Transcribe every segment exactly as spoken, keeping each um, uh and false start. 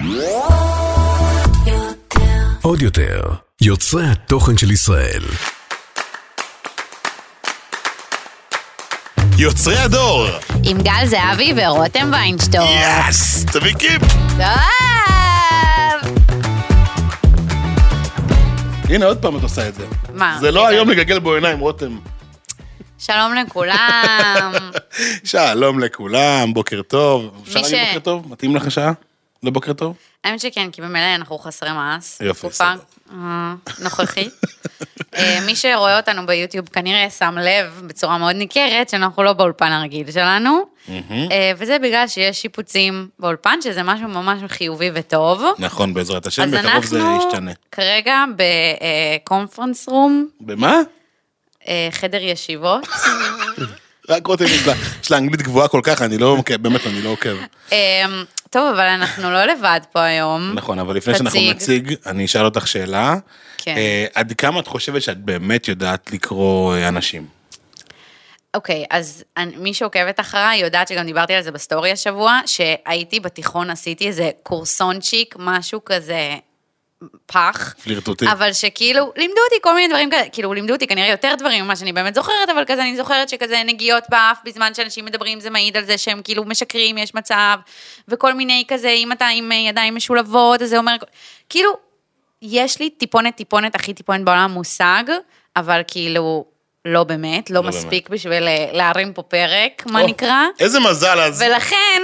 עוד יותר, יוצרי התוכן של ישראל. יוצרי הדור עם גל זהבי ורותם ויינשטור. יס! תביא קיפ! טוב! הנה עוד פעם את עושה את זה. מה? זה לא היום לגגל בו עיניים, רותם. שלום לכולם. שלום לכולם, בוקר טוב. אפשר ש- להגיד בוקר טוב? מתאים לך שעה? לבוקר טוב? האמת שכן, כי במילא אנחנו חסרי מעש. יופי, תקופה אה, נוכחית. אה, מי שרואה אותנו ביוטיוב כנראה שם לב בצורה מאוד ניכרת שאנחנו לא באולפן הרגיל שלנו. אה, וזה בגלל שיש שיפוצים באולפן, שזה משהו ממש חיובי וטוב. נכון, בעזרת השם, אז בקרוב זה אנחנו ישתנה. כרגע בקונפרנס רום, במה? אה, חדר ישיבות. רק רותם, יש לה- יש לה אנגלית גבוהה כל כך, אני לא עוקב, באמת אני לא עוקב. אה, טוב, אבל אנחנו לא לבד פה היום. נכון, אבל לפני שאנחנו תציג. נציג, אני אשאל אותך שאלה. כן. אה, עד כמה את חושבת שאת באמת יודעת לקרוא אה, אנשים? אוקיי, אז אני- מי שעוקבת אחריי יודעת שגם דיברתי על זה בסטורי השבוע, שהייתי בתיכון, עשיתי איזה קורסונצ'יק, משהו כזה פח. פלירטוטי. אבל שכאילו, לימדו אותי כל מיני דברים כאלה, כאילו לימדו אותי כנראה יותר דברים ממה שאני באמת זוכרת, אבל כזה אני זוכרת שכזה נגיעות באף, בזמן שאנשים מדברים זה מעיד על זה שהם כאילו משקרים, יש מצב, וכל מיני כזה, אם אתה עם ידיים משולבות, אז זה אומר, כאילו, יש לי טיפונת, טיפונת, הכי טיפונת בעולם מושג, אבל כאילו, לא באמת, לא, לא מספיק בשביל להרים פה פרק, מה או, נקרא, איזה מזל אז. ולכן,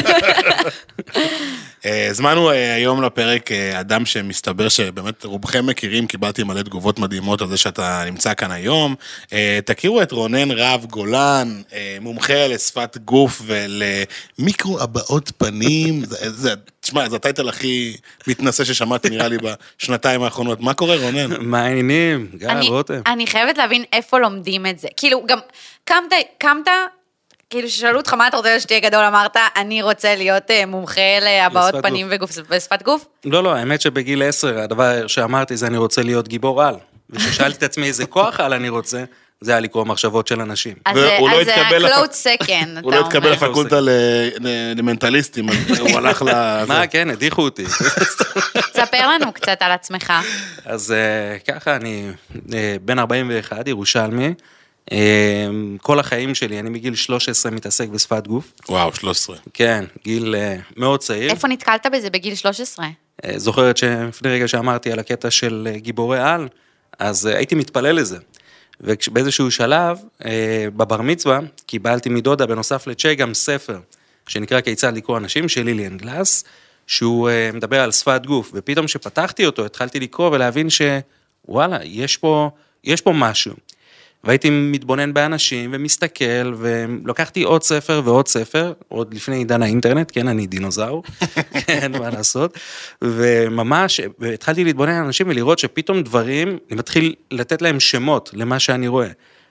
אה, הזמנו אה, היום לפרק אה, אדם שמסתבר שבאמת רובכם מכירים, קיבלתי מלא תגובות מדהימות על זה שאתה נמצא כאן היום. אה, תכירו את רונן רב גולן, אה, מומחה לשפת גוף ולמיקרו הבעות פנים. זה, זה, תשמע, זה הטייטל הכי מתנשא ששמעתי נראה לי בשנתיים האחרונות. מה קורה, רונן? מה העניינים? גל, אני, רותם. אני חייבת להבין איפה לומדים את זה. כאילו, גם קמת, קמת, כאילו ששאלו אותך מה אתה רוצה שתהיה גדול, אמרת, אני רוצה להיות אה, מומחה להבעות לשפת פנים וגוף, ושפת גוף? לא, לא, האמת שבגיל עשר, הדבר שאמרתי זה אני רוצה להיות גיבור על. וששאלתי את עצמי איזה כוח על אני רוצה, זה היה לקרוא מחשבות של אנשים. אז והוא זה לא אז זה התקבל לפ- ה-close second, הוא לא אתה התקבל אומר. לפקולטה ל- ל- למנטליסטים, אז הוא הלך ל... מה, כן, הדיחו אותי. תספר לנו קצת על עצמך. אז אה, ככה, אני אה, בן ארבעים ואחת, ירושלמי. אה, כל החיים שלי, אני מגיל שלוש עשרה מתעסק בשפת גוף. וואו, שלוש עשרה. כן, גיל אה, מאוד צעיר. איפה נתקלת בזה בגיל שלוש עשרה? אה, זוכרת שלפני רגע שאמרתי על הקטע של אה, גיבורי על, אז אה, הייתי מתפלל לזה. ובאיזשהו שלב, אה, בבר מצווה, קיבלתי מדודה בנוסף לצ'י גם ספר, שנקרא כיצד לקרוא אנשים, של ליליאן גלאס, שהוא אה, מדבר על שפת גוף, ופתאום שפתחתי אותו, התחלתי לקרוא ולהבין שוואלה, יש פה, יש פה משהו. והייתי מתבונן באנשים ומסתכל, ולקחתי עוד ספר ועוד ספר, עוד לפני עידן האינטרנט, כן, אני דינוזאור, כן, מה לעשות, וממש, והתחלתי להתבונן על אנשים ולראות שפתאום דברים, אני מתחיל לתת להם שמות למה שאני רואה,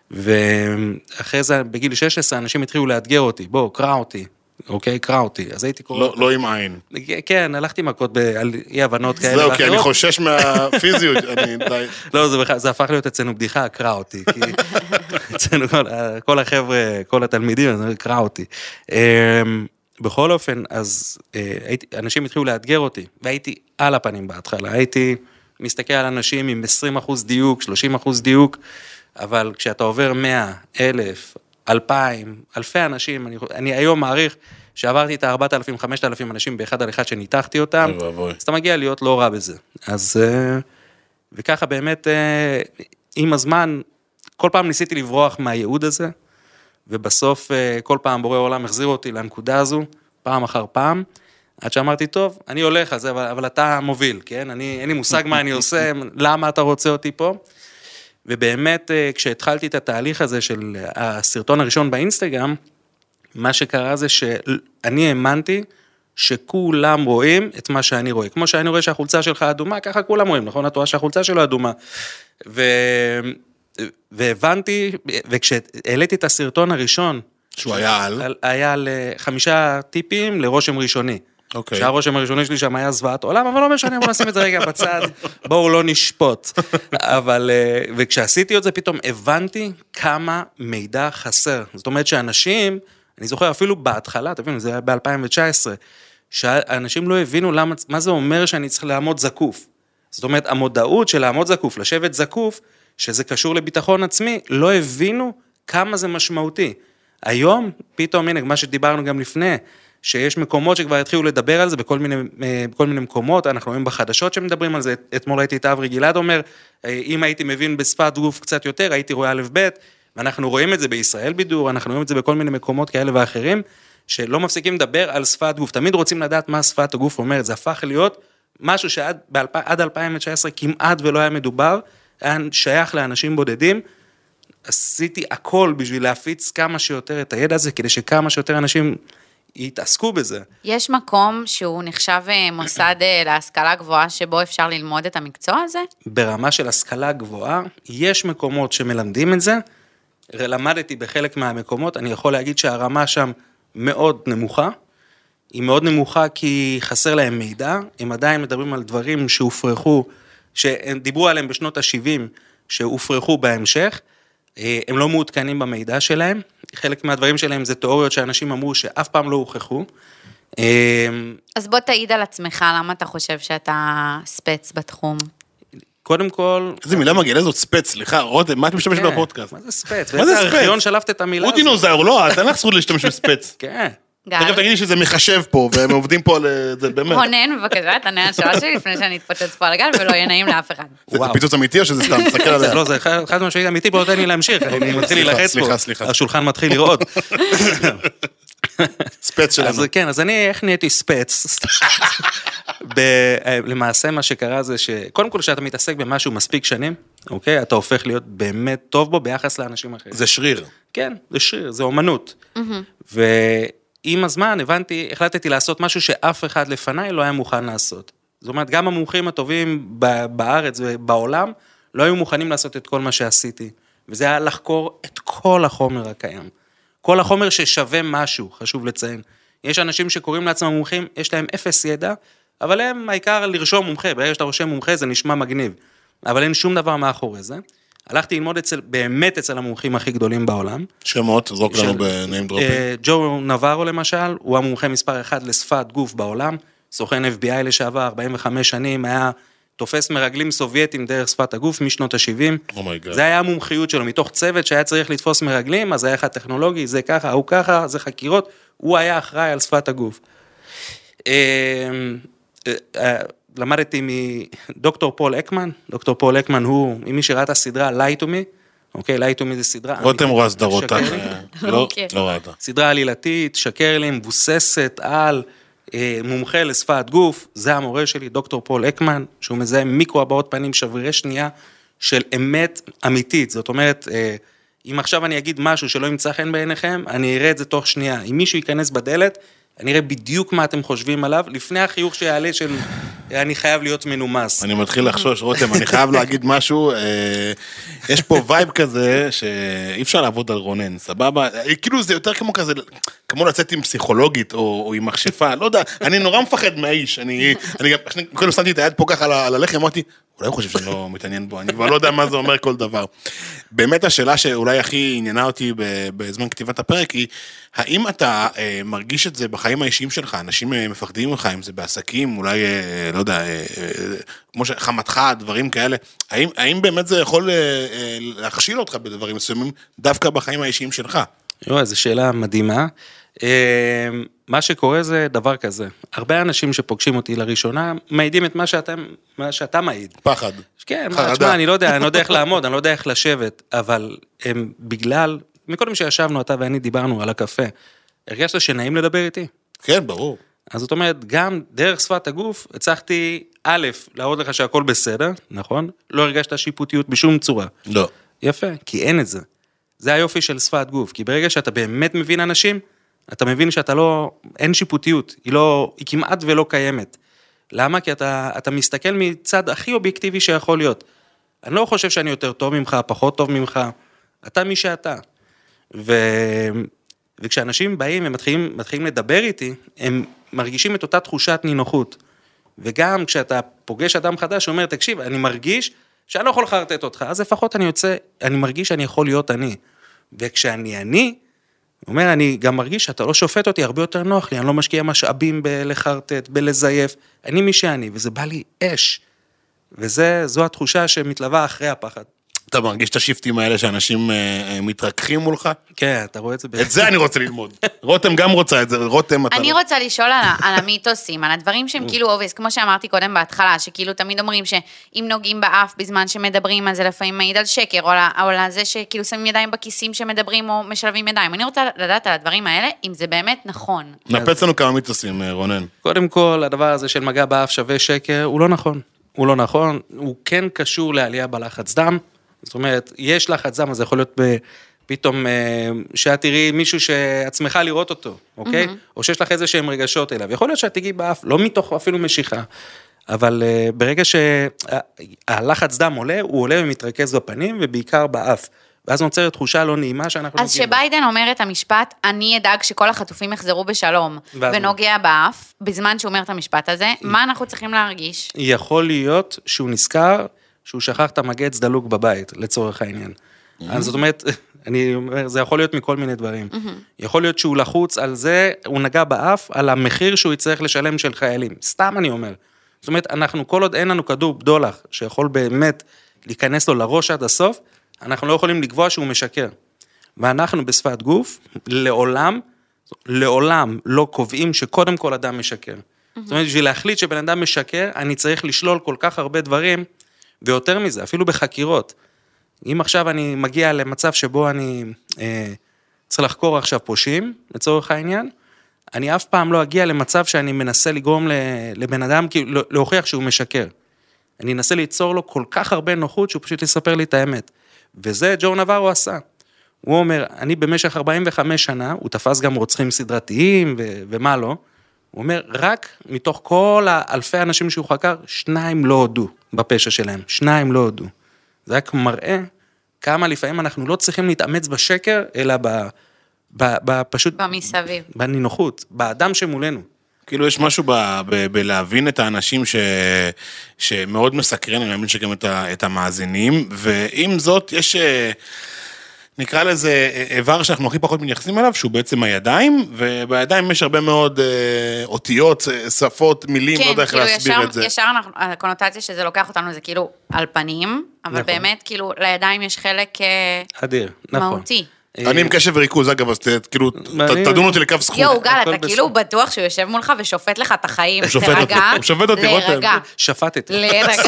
ואחרי זה, בגיל שש עשרה, אנשים התחילו לאתגר אותי, בוא, קרא אותי, אוקיי, קרא אותי, אז הייתי קורא... לא, לא עם עין. כן, הלכתי מכות ב- על אי הבנות כאלה זהו, ואחרות. כי אני חושש מהפיזיות, אני די... לא, זה, בכלל- זה הפך להיות אצלנו בדיחה, קרא אותי, כי אצלנו כל, כל החבר'ה, כל התלמידים, אז קרא אותי. אמ, בכל אופן, אז אה, הייתי, אנשים התחילו לאתגר אותי, והייתי על הפנים בהתחלה, הייתי מסתכל על אנשים עם עשרים אחוז דיוק, שלושים אחוז דיוק, אבל כשאתה עובר מאה, אלף, אלפיים, אלפי אנשים, אני, אני היום מעריך שעברתי את ה-ארבעת אלפים, חמשת אלפים אנשים באחד על אחד שניתחתי אותם, אוי ואבוי. אז אתה מגיע להיות לא רע בזה. אז, אה, וככה באמת, אה, עם הזמן, כל פעם ניסיתי לברוח מהייעוד הזה, ובסוף אה, כל פעם בורא עולם החזיר אותי לנקודה הזו, פעם אחר פעם, עד שאמרתי, טוב, אני הולך על זה, אבל, אבל אתה מוביל, כן? אני, אין לי מושג מה אני עושה, למה אתה רוצה אותי פה? ובאמת, אה, כשהתחלתי את התהליך הזה של הסרטון הראשון באינסטגרם, מה שקרה זה שאני האמנתי שכולם רואים את מה שאני רואה. כמו שאני רואה שהחולצה שלך אדומה, ככה כולם רואים, נכון? את רואה שהחולצה שלו אדומה. ו... והבנתי, וכשהעליתי את הסרטון הראשון, שהוא היה על? היה לחמישה טיפים לרושם ראשוני. אוקיי. שהרושם הראשוני שלי שם היה זוועת עולם, אבל לא משנה, בוא נשים את זה רגע בצד, בואו לא נשפוט. אבל, וכשעשיתי את זה, פתאום הבנתי כמה מידע חסר. זאת אומרת שאנשים, אני זוכר אפילו בהתחלה, תבינו, זה היה ב-אלפיים תשע עשרה, שאנשים לא הבינו למה, מה זה אומר שאני צריך לעמוד זקוף. זאת אומרת, המודעות של לעמוד זקוף, לשבת זקוף, שזה קשור לביטחון עצמי, לא הבינו כמה זה משמעותי. היום, פתאום, הנה, מה שדיברנו גם לפני, שיש מקומות שכבר התחילו לדבר על זה בכל מיני, בכל מיני מקומות, אנחנו רואים בחדשות שמדברים על זה, אתמול הייתי את אברי גלעד אומר, אם הייתי מבין בשפת גוף קצת יותר, הייתי רואה א' ב', ואנחנו רואים את זה בישראל בידור, אנחנו רואים את זה בכל מיני מקומות כאלה ואחרים, שלא מפסיקים לדבר על שפת גוף, תמיד רוצים לדעת מה שפת הגוף אומרת, זה הפך להיות משהו שעד עד אלפיים תשע עשרה כמעט ולא היה מדובר, היה שייך לאנשים בודדים, עשיתי הכל בשביל להפיץ כמה שיותר את הידע הזה, כדי שכמה שיותר אנשים יתעסקו בזה. יש מקום שהוא נחשב מוסד להשכלה גבוהה, שבו אפשר ללמוד את המקצוע הזה? ברמה של השכלה גבוהה, יש מקומות שמלמדים את זה, למדתי בחלק מהמקומות, אני יכול להגיד שהרמה שם מאוד נמוכה, היא מאוד נמוכה כי חסר להם מידע, הם עדיין מדברים על דברים שהופרחו, שהם דיברו עליהם בשנות ה-שבעים, שהופרחו בהמשך, הם לא מעודכנים במידע שלהם, חלק מהדברים שלהם זה תיאוריות שאנשים אמרו שאף פעם לא הוכחו. אז בוא תעיד על עצמך, למה אתה חושב שאתה ספץ בתחום? קודם כל... איזה מילה מגעילה זאת ספץ, סליחה, רותם, מה את משתמשת בפודקאסט? מה זה ספץ? מה זה ספץ? הארכיון שלפת את המילה הוא דינוזאור, לא, אתה אין לך זכות להשתמש בספץ. כן. תכף תגידי שזה מחשב פה, והם עובדים פה על זה באמת. רונן, בבקשה, תענה על השאלה שלי, לפני שאני אתפוצץ פה על הגל, ולא יהיה נעים לאף אחד. זה פיצוץ אמיתי או שזה סתם? תסתכל עליה. לא, זה חד משמעית אמיתי, בוא תן לי להמשיך, אני מתחיל להילחץ פה. סליחה, סליחה. השולחן מתחיל לראות. ספץ שלנו. אז כן, אז אני, איך נהייתי ספץ? למעשה מה שקרה זה שקודם כל שאתה מתעסק במשהו מספיק שנים, אוקיי? אתה הופך להיות באמת טוב בו ביחס לאנשים אחרים. זה שריר. כן, זה שריר, זה אומנות. ועם הזמן הבנתי, החלטתי לעשות משהו שאף אחד לפניי לא היה מוכן לעשות. זאת אומרת, גם המומחים הטובים בארץ ובעולם לא היו מוכנים לעשות את כל מה שעשיתי. וזה היה לחקור את כל החומר הקיים. כל החומר ששווה משהו, חשוב לציין. יש אנשים שקוראים לעצמם מומחים, יש להם אפס ידע, אבל הם העיקר לרשום מומחה, ברגע שאתה רושם מומחה זה נשמע מגניב, אבל אין שום דבר מאחורי זה. הלכתי ללמוד אצל, באמת אצל המומחים הכי גדולים בעולם. שמות, זרוק לנו בנעים דרופים. ג'ו נברו למשל, הוא המומחה מספר אחד לשפת גוף בעולם, סוכן אף בי איי לשעבר, ארבעים וחמש שנים, היה תופס מרגלים סובייטים דרך שפת הגוף משנות ה-שבעים. Oh my God. זה היה המומחיות שלו, מתוך צוות שהיה צריך לתפוס מרגלים, אז היה אחד טכנולוגי, זה ככה, הוא ככה, זה חקירות, הוא היה אחראי על שפת הגוף. למדתי מדוקטור פול אקמן, דוקטור פול אקמן הוא, מי שראה את הסדרה Lie to me, אוקיי, Lie to me זה סדרה. רותם רואה סדרות, לא ראית. סדרה עלילתית, שקר לי, מבוססת על מומחה לשפת גוף, זה המורה שלי, דוקטור פול אקמן, שהוא מזהה מיקרו הבעות פנים שברירי שנייה של אמת אמיתית, זאת אומרת, אם עכשיו אני אגיד משהו שלא ימצא חן בעיניכם, אני אראה את זה תוך שנייה. אם מישהו ייכנס בדלת, אני אראה בדיוק מה אתם חושבים עליו, לפני החיוך שיעלה של, אני חייב להיות מנומס. אני מתחיל לחשוש, רותם, אני חייב להגיד משהו, יש פה וייב כזה, שאי אפשר לעבוד על רונן, סבבה? כאילו זה יותר כמו כזה, כמו לצאת עם פסיכולוגית, או עם מכשפה, לא יודע, אני נורא מפחד מהאיש, אני גם, קודם שמתי את היד פה ככה על הלחם, אמרתי, אולי הוא חושב שאני לא מתעניין בו, אני כבר לא יודע מה זה אומר כל דבר. באמת השאלה שאולי הכי עניינה אותי בזמן כתיבת הפרק היא, האם אתה מרגיש את זה בחיים האישיים שלך, אנשים מפחדים ממך, אם זה בעסקים, אולי, לא יודע, כמו שחמתך, דברים כאלה, האם, האם באמת זה יכול להכשיל אותך בדברים מסוימים, דווקא בחיים האישיים שלך? יו, זו שאלה מדהימה. מה שקורה זה דבר כזה, הרבה אנשים שפוגשים אותי לראשונה, מעידים את מה שאתם, מה שאתה מעיד. פחד. כן, תשמע, אני לא יודע, אני לא יודע איך לעמוד, אני לא יודע איך לשבת, אבל הם בגלל, מקודם שישבנו אתה ואני דיברנו על הקפה, הרגשת שנעים לדבר איתי? כן, ברור. אז זאת אומרת, גם דרך שפת הגוף, הצלחתי א', להראות לך שהכל בסדר, נכון? לא הרגשת שיפוטיות בשום צורה. לא. יפה, כי אין את זה. זה היופי של שפת גוף, כי ברגע שאתה באמת מבין אנשים, אתה מבין שאתה לא, אין שיפוטיות, היא לא, היא כמעט ולא קיימת. למה? כי אתה, אתה מסתכל מצד הכי אובייקטיבי שיכול להיות. אני לא חושב שאני יותר טוב ממך, פחות טוב ממך, אתה מי שאתה. ו... וכשאנשים באים ומתחילים מתחילים לדבר איתי, הם מרגישים את אותה תחושת נינוחות. וגם כשאתה פוגש אדם חדש, הוא אומר, תקשיב, אני מרגיש שאני לא יכול לחרטט אותך, אז לפחות אני יוצא, אני מרגיש שאני יכול להיות אני. וכשאני אני, הוא אומר, אני גם מרגיש שאתה לא שופט אותי, הרבה יותר נוח לי, אני לא משקיע משאבים בלחרטט, בלזייף, אני מי שאני, וזה בא לי אש. וזו התחושה שמתלווה אחרי הפחד. אתה מרגיש את השיפטים האלה שאנשים אה, מתרככים מולך? כן, אתה רואה את זה. את זה אני רוצה ללמוד. רותם גם רוצה את זה, רותם אתה... אני רוצה לשאול על, על המיתוסים, על הדברים שהם כאילו אובייס, כמו שאמרתי קודם בהתחלה, שכאילו תמיד אומרים שאם נוגעים באף בזמן שמדברים, אז זה לפעמים מעיד על שקר, או על, על זה שכאילו שמים ידיים בכיסים שמדברים או משלבים ידיים. אני רוצה לדעת על הדברים האלה, אם זה באמת נכון. נפץ לנו כמה מיתוסים, רונן. קודם כל, הדבר הזה של מגע באף שווה שקר, הוא לא נכון. הוא לא נכון, הוא כן קשור לעלייה בלחץ דם, זאת אומרת, יש לחץ דם, אז זה יכול להיות פתאום שאת תראי מישהו שעצמך לראות אותו, אוקיי? או שיש לך איזה שהם רגשות אליו. יכול להיות שאת תגיעי באף, לא מתוך אפילו משיכה, אבל ברגע שהלחץ דם עולה, הוא עולה ומתרכז בפנים, ובעיקר באף. ואז נוצרת תחושה לא נעימה שאנחנו... אז שביידן אומר את המשפט, אני אדאג שכל החטופים יחזרו בשלום, ונוגע באף, בזמן שהוא אומר את המשפט הזה, מה אנחנו צריכים להרגיש? יכול להיות שהוא נזכר, שהוא שכח את המגץ דלוק בבית, לצורך העניין. אז זאת אומרת, אני אומר, זה יכול להיות מכל מיני דברים. יכול להיות שהוא לחוץ על זה, הוא נגע באף, על המחיר שהוא יצטרך לשלם של חיילים. סתם אני אומר. זאת אומרת, אנחנו, כל עוד אין לנו כדור בדולח, שיכול באמת להיכנס לו לראש עד הסוף, אנחנו לא יכולים לקבוע שהוא משקר. ואנחנו בשפת גוף, לעולם, לעולם לא קובעים שקודם כל אדם משקר. זאת אומרת, בשביל להחליט שבן אדם משקר, אני צריך לשלול כל כך הרבה דברים, ויותר מזה, אפילו בחקירות. אם עכשיו אני מגיע למצב שבו אני אה, צריך לחקור עכשיו פושעים, לצורך העניין, אני אף פעם לא אגיע למצב שאני מנסה לגרום לבן אדם, כאילו, להוכיח שהוא משקר. אני אנסה ליצור לו כל כך הרבה נוחות, שהוא פשוט יספר לי את האמת. וזה ג'ו נברו עשה. הוא אומר, אני במשך ארבעים וחמש שנה, הוא תפס גם רוצחים סדרתיים ו- ומה לא, הוא אומר, רק מתוך כל האלפי אנשים שהוא חקר, שניים לא הודו בפשע שלהם, שניים לא הודו. זה רק מראה כמה לפעמים אנחנו לא צריכים להתאמץ בשקר, אלא ב, ב, ב, פשוט... במסביב. בנינוחות, באדם שמולנו. כאילו יש משהו ב, ב, בלהבין את האנשים ש, שמאוד מסקרן, אני מאמין שגם את, ה, את המאזינים, ועם זאת יש... נקרא לזה איבר שאנחנו הכי פחות מנייחסים אליו, שהוא בעצם הידיים, ובידיים יש הרבה מאוד אה, אותיות, שפות, מילים, כן, לא יודע איך כאילו להסביר ישר, את זה. ישר אנחנו, הקונוטציה שזה לוקח אותנו זה כאילו על פנים, אבל נכון. באמת כאילו לידיים יש חלק אדיר, נכון. מהותי. אני עם קשב וריכוז, אגב, אז כאילו, ואני- תדון אותי לכף זכות. יואו, גל, הכל אתה בסדר. כאילו בטוח שהוא יושב מולך ושופט לך את החיים, הוא שופט אותי, תרגע, הוא שופט אותי, רותם. להירגע, שפטתי. להירגע.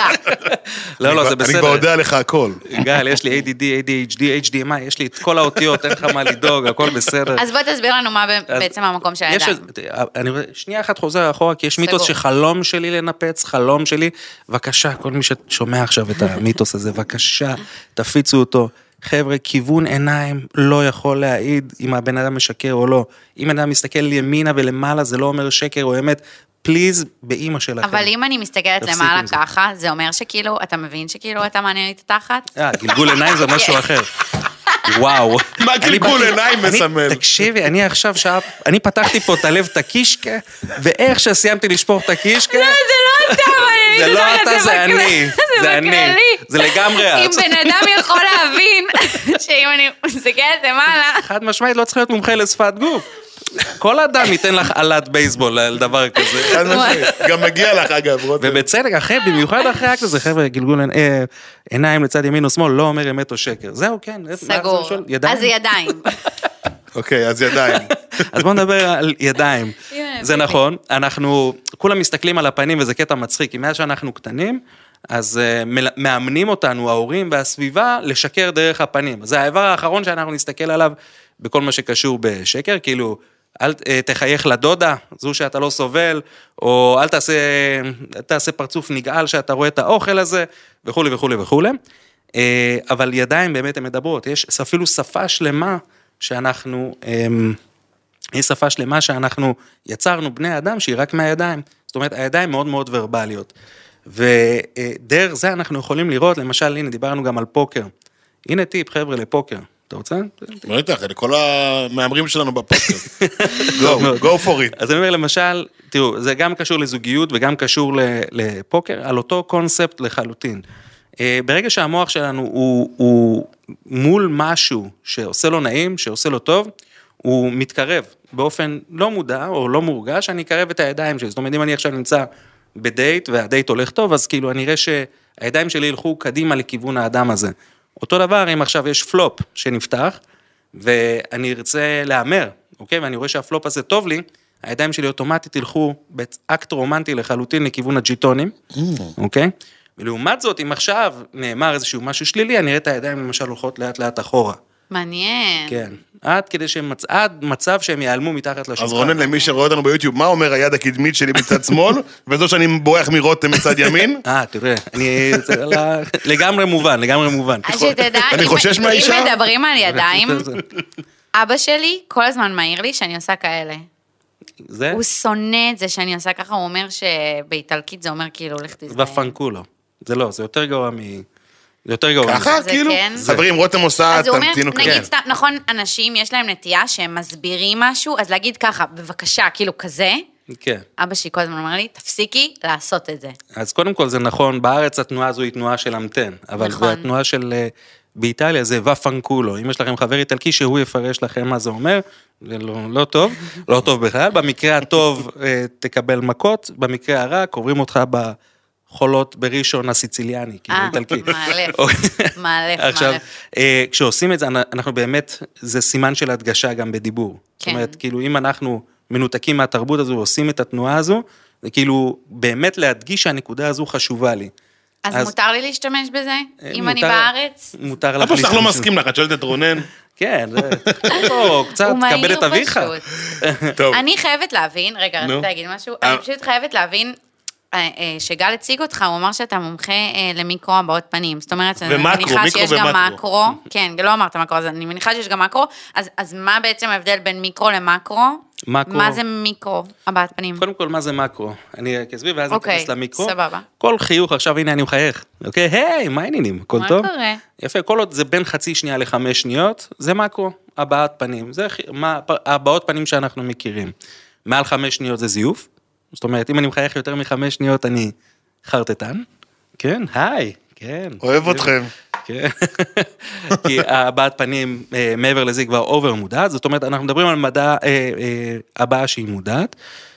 לא, לא, זה אני בסדר. כבר יודע לך הכל. גל, יש לי איי די די, איי די אייץ' די, אייץ' די אם איי, יש לי את כל האותיות, אין לך מה לדאוג, הכל בסדר. אז בוא תסביר לנו מה בעצם המקום של יש הידיים. איזה- אני רואה, שנייה אחת חוזר אחורה, כי יש מיתוס סגור. שחלום שלי לנפץ, חלום שלי, בבקשה, כל מי ששומע עכשיו את המיתוס הזה, בבקשה, תפיצו אותו. חבר'ה, כיוון עיניים לא יכול להעיד אם הבן אדם משקר או לא. אם בן אדם מסתכל ימינה ולמעלה, זה לא אומר שקר או אמת, פליז, באמא שלכם. אבל אם אני מסתכלת תפסיק למעלה עם זה. ככה, זה אומר שכאילו, אתה מבין שכאילו אתה מעניין את התחת? אה, גלגול עיניים זה משהו אחר. וואו. מה אני גלגול באתי- עיניים אני- מסמל? תקשיבי, אני עכשיו שעה, אני פתחתי פה את הלב את הקישקה, ואיך שסיימתי לשפוך את הקישקה, לא, זה לא אתה, אבל אני זה לא יודעת, אתה, זה בכלל- אני. זה זה אני. בכללי. זה לגמרי אם את. בן אדם יכול להבין, שאם אני מסתכלת למעלה, חד משמעית, לא צריך להיות מומחה לשפת גוף. כל אדם ייתן לך עלת בייסבול על דבר כזה. חד משמעית. גם מגיע לך, אגב, רותם. ובצדק, אחרי, במיוחד אחרי האקט הזה, חבר'ה, גלגול עין- אה, עיניים לצד ימין או שמאל, לא אומר אמת או שקר. זהו, כן. מה רציתם סגור. לשאול? ידיים? אז זה ידיים. אוקיי, אז ידיים. אז בואו נדבר על ידיים. יואי, זה ביבי. נכון, אנחנו, כולם מסתכלים על הפנים וזה קטע מצחיק, כי מאז שאנחנו קטנים, אז uh, מל- מאמנים אותנו, ההורים והסביבה, לשקר דרך הפנים. זה האיבר האחרון שאנחנו נסתכל עליו, בכל מה שקשור בשקר, כאילו, אל uh, תחייך לדודה, זו שאתה לא סובל, או אל תעשה, תעשה פרצוף נגעל שאתה רואה את האוכל הזה, וכו' וכו' וכו'. Uh, אבל ידיים באמת הן מדברות, יש אפילו שפה שלמה שאנחנו... Um, היא שפה שלמה שאנחנו יצרנו בני אדם שהיא רק מהידיים. זאת אומרת, הידיים מאוד מאוד ורבליות. ודרך זה אנחנו יכולים לראות, למשל, הנה, דיברנו גם על פוקר. הנה טיפ, חבר'ה, לפוקר. אתה רוצה? בטח, לכל המאמרים שלנו בפודקאסט. go, go for it. אז אני אומר, למשל, תראו, זה גם קשור לזוגיות וגם קשור לפוקר, על אותו קונספט לחלוטין. ברגע שהמוח שלנו הוא, הוא מול משהו שעושה לו נעים, שעושה לו טוב, הוא מתקרב באופן לא מודע או לא מורגש, אני אקרב את הידיים שלי. זאת אומרת, אם אני עכשיו נמצא בדייט, והדייט הולך טוב, אז כאילו אני אראה שהידיים שלי ילכו קדימה לכיוון האדם הזה. אותו דבר, אם עכשיו יש פלופ שנפתח, ואני ארצה להמר, אוקיי? ואני רואה שהפלופ הזה טוב לי, הידיים שלי אוטומטית ילכו באקט רומנטי לחלוטין לכיוון הג'יטונים, אוקיי? ולעומת זאת, אם עכשיו נאמר איזשהו משהו שלילי, אני אראה את הידיים למשל הולכות לאט לאט אחורה. מעניין. כן. עד כדי שהם, עד מצב שהם ייעלמו מתחת לשולחן. אז רונן, למי שרואה אותנו ביוטיוב, מה אומר היד הקדמית שלי מצד שמאל, וזו שאני בורח מרותם מצד ימין? אה, תראה, אני, לגמרי מובן, לגמרי מובן. אז שתדע, אני חושש מהאישה. אם מדברים על ידיים, אבא שלי כל הזמן מעיר לי שאני עושה כאלה. זה? הוא שונא את זה שאני עושה ככה, הוא אומר שבאיטלקית זה אומר כאילו, לך תזדהה. ופנקולו. זה לא, זה יותר גרוע מ... זה יותר גרוע. ככה, זה כאילו? כן. חברים, רותם עושה, אז הוא אומר, תמתינו נגיד כזה. סתם, נכון, אנשים יש להם נטייה שהם מסבירים משהו, אז להגיד ככה, בבקשה, כאילו כזה, כן. אבא שלי כל הזמן אומר לי, תפסיקי לעשות את זה. אז קודם כל זה נכון, בארץ התנועה הזו היא תנועה של המתן, אבל נכון. התנועה של באיטליה זה ופנקולו, אם יש לכם חבר איטלקי שהוא יפרש לכם מה זה אומר, זה לא, לא טוב, לא טוב בכלל, במקרה הטוב תקבל מכות, במקרה הרע קוראים אותך בחולות בראשון הסיציליאני, כאילו איטלקי. מאלף, מאלף, עכשיו, מאלף. כשעושים את זה, אנחנו באמת, זה סימן של הדגשה גם בדיבור. זאת אומרת, כאילו אם אנחנו מנותקים מהתרבות הזו, ועושים את התנועה הזו, זה כאילו באמת להדגיש שהנקודה הזו חשובה לי. אז מותר לי להשתמש בזה? אם אני מותר- בארץ? מותר לך אבא שלך לא להשתמש. מסכים לך, את שואלת את רונן. כן, זה, לא, קצת, הוא תקבל את מהיר אביך. פשוט. טוב. אני חייבת להבין, רגע, נו. רציתי להגיד משהו, אה. אני פשוט חייבת להבין, אה, אה, שגל הציג אותך, הוא אמר שאתה מומחה אה, למיקרו הבעות פנים, זאת אומרת, אני ומקרו, מניחה מיקרו שיש גם ומקרו. מקרו, כן, לא אמרת מקרו, אז אני מניחה שיש גם מקרו, אז אז מה בעצם ההבדל בין מיקרו למקרו? מקרו. מה זה מיקרו, הבעת פנים? קודם כל, מה זה מקרו? אני אסביר ואז אוקיי, ניכנס למיקרו. סבבה. כל חיוך, עכשיו הנה אני מחייך. אוקיי, היי, מה העניינים? הכל מה טוב? קורה? יפה, כל עוד זה בין חצי שנייה לחמש שניות, זה מקרו, הבעת פנים. זה חי- מה- הבעות פנים שאנחנו מכירים. מעל חמש שניות זה זיוף. זאת אומרת, אם אני מחייך יותר מחמש שניות, אני חרטטן. כן, היי, כן. אוהב אתכם. כן. כי הבעת פנים, אה, מעבר לזה, היא כבר אובר מודעת, זאת אומרת, אנחנו מדברים על מדע, אה, אה, הבעה שהיא מודעת.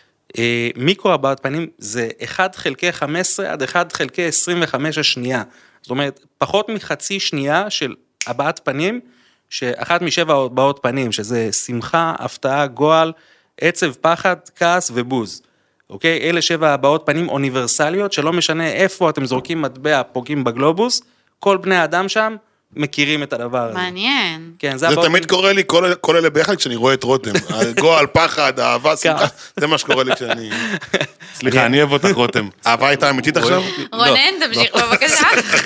אה, מיקרו הבעת פנים זה אחד חלקי חמש עשרה עד אחד חלקי עשרים וחמש השנייה. זאת אומרת, פחות מחצי שנייה של הבעת פנים, שאחת משבע הבעות פנים, שזה שמחה, הפתעה, גועל, עצב, פחד, כעס ובוז. אוקיי? אלה שבע הבעות פנים אוניברסליות, שלא משנה איפה אתם זורקים מטבע, פוגעים בגלובוס, כל בני האדם שם מכירים את הדבר הזה. מעניין. כן, זה זה הבעות תמיד קורה לי, כל- כל אלה ביחד כשאני רואה את רותם. גועל, פחד, אהבה, שמחה, זה מה שקורה לי כשאני... סליחה, אני אוהב אותך רותם. אהבה הייתה אמיתית עכשיו? רונן, תמשיך בבקשה.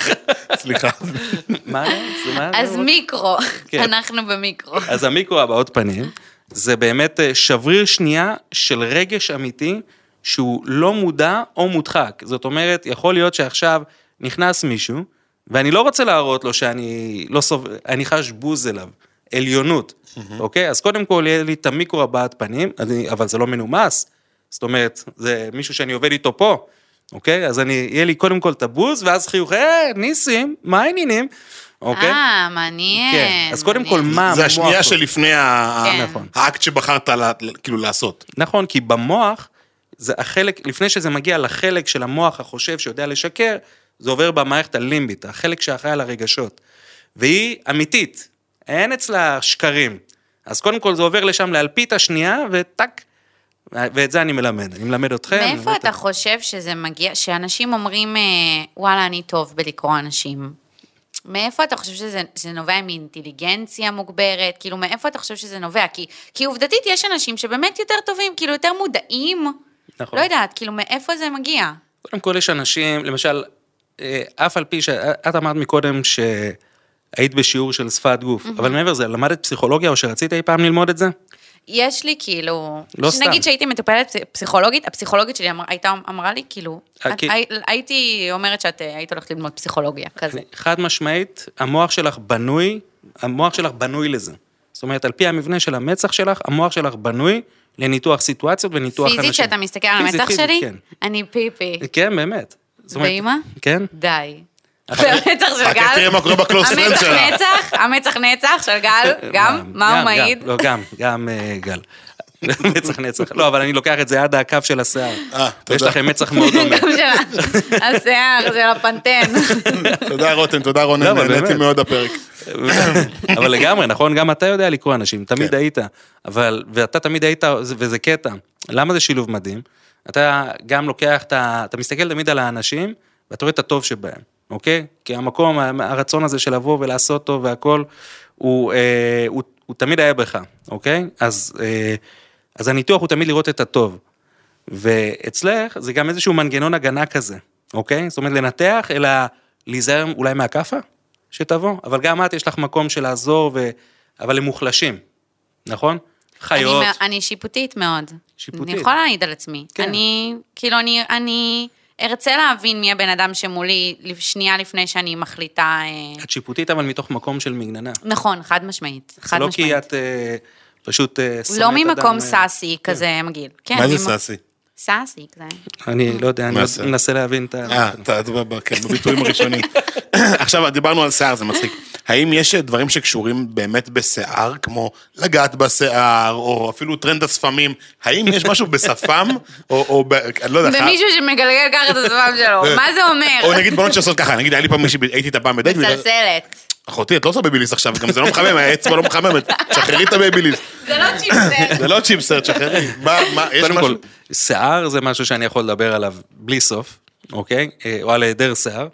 סליחה. מה? זה מה? אז זה- מיקרו, כן. אנחנו במיקרו. אז המיקרו הבעות פנים, זה באמת אה, שבריר שנייה של רגש אמיתי, שהוא לא מודע או מודחק. זאת אומרת, יכול להיות שעכשיו נכנס מישהו, ואני לא רוצה להראות לו שאני לא סוב... אני חש בוז אליו, עליונות, אוקיי? אז קודם כל יהיה לי את המיקרו הבעת פנים, אני... אבל זה לא מנומס, זאת אומרת, זה מישהו שאני עובד איתו פה, אוקיי? אז אני, יהיה לי קודם כל את הבוז, ואז חיוך, אה, ניסים, מה העניינים? אוקיי? אה, מעניין. כן, אז קודם כל, מעניין. מה המוח... זה השנייה שלפני ה- כן. נכון. האקט שבחרת לה- כאילו לעשות. נכון, כי במוח, זה החלק, לפני שזה מגיע לחלק של המוח החושב שיודע לשקר, זה עובר במערכת הלימבית, החלק שאחראי על הרגשות. והיא אמיתית, אין אצלה שקרים. אז קודם כל זה עובר לשם להלפית השנייה, וטק, ואת זה אני מלמד. אני מלמד אתכם. מאיפה ואת- אתה חושב שזה מגיע, שאנשים אומרים, אה, וואלה, אני טוב בלקרוא אנשים? מאיפה אתה חושב שזה זה נובע מאינטליגנציה מוגברת? כאילו, מאיפה אתה חושב שזה נובע? כי, כי עובדתית יש אנשים שבאמת יותר טובים, כאילו יותר מודעים. נכון. לא יודעת, כאילו, מאיפה זה מגיע? קודם כל יש אנשים, למשל, אה, אף על פי שאת אמרת מקודם שהיית בשיעור של שפת גוף, אבל מעבר לזה, למדת פסיכולוגיה או שרצית אי פעם ללמוד את זה? יש לי כאילו, לא סתם. נגיד שהייתי מטופלת פסיכולוגית, הפסיכולוגית שלי אמר, הייתה אמרה לי, כאילו, אה, את, כי- הי, הייתי אומרת שאת אה, היית הולכת ללמוד פסיכולוגיה, כזה. חד משמעית, המוח שלך בנוי, המוח שלך בנוי לזה. זאת אומרת, על פי המבנה של המצח שלך, המוח שלך בנוי לניתוח סיטואציות וניתוח אנשים. פיזית, שאתה מסתכל על פיזית, המצח פיזית, שלי, כן. אני פיפי. כן, באמת. זאת אומרת, ואמא? כן. די. המצח של גל. תראה מה קורה בקלוס פרנד שלה. המצח נצח, המצח נצח של גל, גם, מה הוא מעיד? לא, גם, גם גל. מצח נצח. לא, אבל אני לוקח את זה עד הקו של השיער. אה, תודה. יש לכם מצח מאוד דומה. גם של השיער, של הפנטן. תודה רותם, תודה רונן, נהניתי מאוד הפרק. אבל לגמרי, נכון? גם אתה יודע לקרוא אנשים, תמיד היית. אבל, ואתה תמיד היית, וזה קטע. למה זה שילוב מדהים? אתה גם לוקח, אתה מסתכל תמיד על האנשים, ואתה רואה את הטוב שבהם, אוקיי? כי המקום, הרצון הזה של לבוא ולעשות טוב והכל, הוא, אה, הוא, הוא תמיד היה בך, אוקיי? אז, אה, אז הניתוח הוא תמיד לראות את הטוב. ואצלך זה גם איזשהו מנגנון הגנה כזה, אוקיי? זאת אומרת, לנתח, אלא להיזהר אולי מהקפה שתבוא, אבל גם את יש לך מקום של לעזור, ו... אבל הם מוחלשים, נכון? חיות. אני, אני שיפוטית מאוד. שיפוטית. אני יכולה להעיד על עצמי. כן. אני, כאילו, אני, אני ארצה להבין מי הבן אדם שמולי, שנייה לפני שאני מחליטה... את שיפוטית, אבל מתוך מקום של מגננה. נכון, חד משמעית. חד לא משמעית. כי את אה, פשוט אה, שונאת לא אדם... ממקום אה, סאסי כזה מגעיל. כן, מה זה ממ- סאסי? סאסי כזה. אני לא יודע, אני מה זה? מנסה להבין את ה... אה, אתה, כן, בביטויים הראשונים. עכשיו, דיברנו על שיער, זה מצחיק. האם יש דברים שקשורים באמת בשיער, כמו לגעת בשיער, או אפילו טרנד הספמים, האם יש משהו בשפם, או, או ב... אני לא יודע... ומישהו שמגלגל ככה את השפם שלו, מה זה אומר? או נגיד בנות שעושות ככה, נגיד, היה לי פעם מישהי, הייתי איתה פעם בדייט, סלסלת. אחותי, את לא עושה בייביליס עכשיו, גם זה לא מחמם, האצבע לא מחממת, שחררי את הבייביליס. זה לא צ'יפסר. זה לא צ'יפסר, שחררי. מה, מה, יש קודם משהו? כל, שיער זה משהו שאני יכול לדבר עליו בלי סוף, אוקיי? אה, או על היעדר שיער.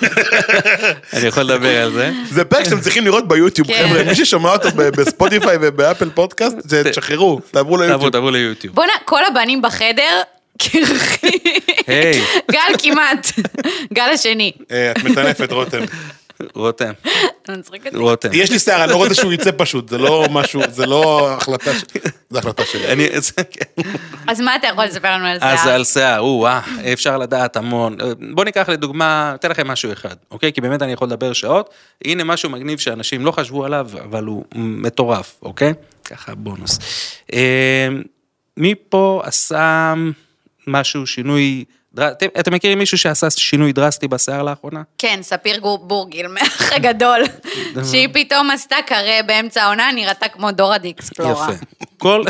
אני יכול לדבר על זה. זה פרק שאתם צריכים לראות ביוטיוב, כן. חבר'ה, מי ששומע אותו ב- בספוטיפיי ובאפל פודקאסט, זה תשחררו, תעברו תעברו, ליוטיוב. תעברו ליוטיוב. בוא'נה, כל הבנים בחדר, קרחי. היי. גל כמעט. גל השני. אה, את מטנפת, רותם. רותם, אני מצחיק אותי. רותם. יש לי שיער, אני לא רוצה שהוא יצא פשוט, זה לא משהו, זה לא החלטה, ש- זה החלטה שלי. אני, זה, כן. אז מה אתה יכול לספר לנו על אז שיער? על שיער, או, אה, אפשר לדעת המון. בוא ניקח לדוגמה, אתן לכם משהו אחד, אוקיי? כי באמת אני יכול לדבר שעות. הנה משהו מגניב שאנשים לא חשבו עליו, אבל הוא מטורף, אוקיי? ככה בונוס. אה, מי פה עשה משהו, שינוי... דר- אתם, אתם מכירים מישהו שעשה שינוי דרסטי בשיער לאחרונה? כן, ספיר גור- בורגיל, מאח הגדול, שהיא פתאום עשתה קרה באמצע העונה, נראתה כמו דורה די אקספלורה. יפה. כל...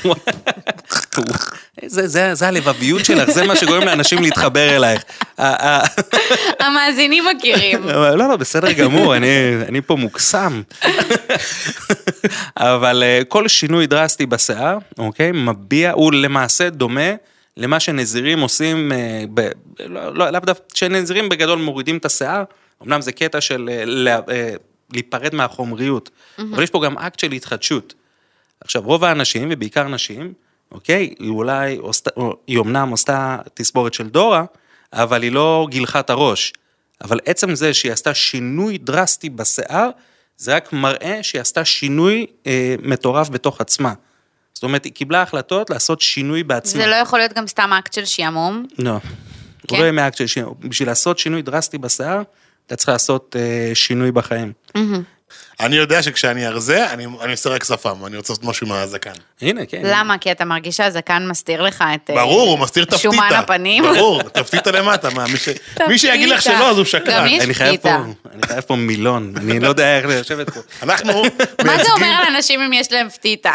זה, זה, זה הלבביות שלך, זה מה שגורם לאנשים להתחבר אלייך. ה- ה- המאזינים מכירים. לא, לא, בסדר גמור, אני, אני פה מוקסם. אבל אה, כל שינוי דרסטי בשיער, אוקיי, מביע, הוא למעשה דומה למה שנזירים עושים, אה, ב, לא, לא, לאו דווקא, שנזירים בגדול מורידים את השיער, אמנם זה קטע של אה, לה, אה, להיפרד מהחומריות, אבל יש פה גם אקט של התחדשות. עכשיו, רוב האנשים, ובעיקר נשים, אוקיי, היא אולי, עושתה, היא אמנם עשתה תסבורת של דורה, אבל היא לא גילחה את הראש. אבל עצם זה שהיא עשתה שינוי דרסטי בשיער, זה רק מראה שהיא עשתה שינוי אה, מטורף בתוך עצמה. זאת אומרת, היא קיבלה החלטות לעשות שינוי בעצמה. זה לא יכול להיות גם סתם אקט של שעמום. לא. כן? הוא לא יהיה מאקט של שינוי. בשביל לעשות שינוי דרסטי בשיער, אתה צריך לעשות אה, שינוי בחיים. אני יודע שכשאני ארזה, אני אני עושה רק שפם, אני רוצה לעשות משהו מהזקן. הנה, כן. למה? כי אתה מרגיש שהזקן מסתיר לך את אה, ברור, הוא מסתיר תפתיתה. שומן הפנים. ברור, תפתיתה למטה, מה, מי ש- מי שיגיד לך שלא, אז הוא גם שקרן. לי יש אני חייב פה, פתיתה. אני חייב פה מילון, אני לא יודע איך לשבת פה. אנחנו מה זה מייצגים- אומר על אנשים אם יש להם פתיתה?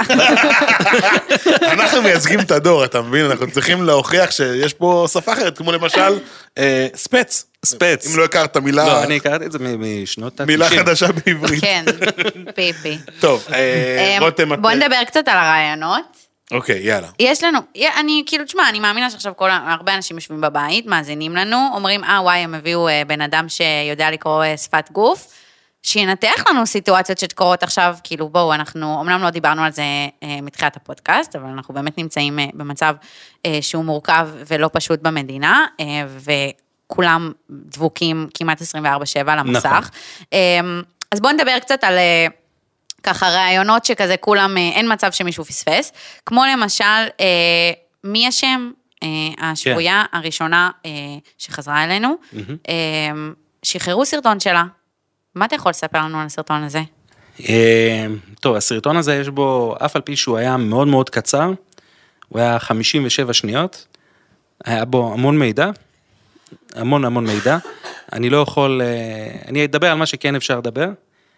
אנחנו מייצגים את הדור, אתה מבין? אנחנו צריכים להוכיח שיש פה שפה אחרת, כמו למשל אה, ספץ. ספץ. אם לא הכרת מילה, לא, אני הכרתי את זה מ- משנות ה-תשעים. מילה חדשה בעברית. כן, פיפי. טוב, אה, אמ, רותם, את... בוא נדבר קצת על הרעיונות. אוקיי, יאללה. יש לנו, אני כאילו, תשמע, אני מאמינה שעכשיו כל, הרבה אנשים יושבים בבית, מאזינים לנו, אומרים, אה, וואי, הם הביאו אה, בן אדם שיודע לקרוא אה, שפת גוף, שינתח לנו סיטואציות שקורות עכשיו, כאילו, בואו, אנחנו, אמנם לא דיברנו על זה אה, מתחילת הפודקאסט, אבל אנחנו באמת נמצאים אה, במצב אה, שהוא מורכב ולא פשוט במדינה, אה, וכולם דבוקים כמעט עשרים וארבע שבע למסך. נכון. אה, אז בואו נדבר קצת על... אה, ככה רעיונות שכזה כולם, אין מצב שמישהו פספס, כמו למשל, אה, מי השם, אה, השבויה כן. הראשונה אה, שחזרה אלינו, mm-hmm. אה, שחררו סרטון שלה, מה אתה יכול לספר לנו על הסרטון הזה? אה, טוב, הסרטון הזה יש בו, אף על פי שהוא היה מאוד מאוד קצר, הוא היה חמישים ושבע שניות, היה בו המון מידע, המון המון מידע, אני לא יכול, אני אדבר על מה שכן אפשר לדבר,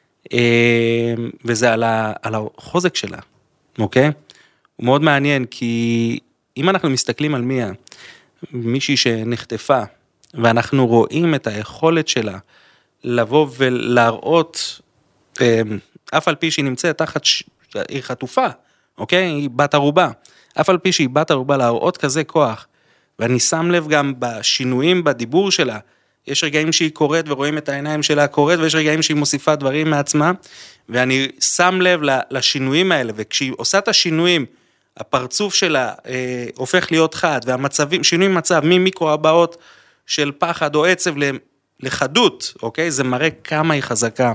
וזה על, ה, על החוזק שלה, אוקיי? הוא מאוד מעניין, כי אם אנחנו מסתכלים על מיה, מישהי שנחטפה, ואנחנו רואים את היכולת שלה, לבוא ולהראות, אף על פי שהיא נמצאת תחת, היא חטופה, אוקיי? היא בת ערובה, אף על פי שהיא בת ערובה להראות כזה כוח, ואני שם לב גם בשינויים בדיבור שלה, יש רגעים שהיא קוראת ורואים את העיניים שלה קוראת, ויש רגעים שהיא מוסיפה דברים מעצמה, ואני שם לב לשינויים האלה, וכשהיא עושה את השינויים, הפרצוף שלה אה, הופך להיות חד, והמצבים, שינוי מצב, ממיקרו הבאות של פחד או עצב לחדות, אוקיי? זה מראה כמה היא חזקה,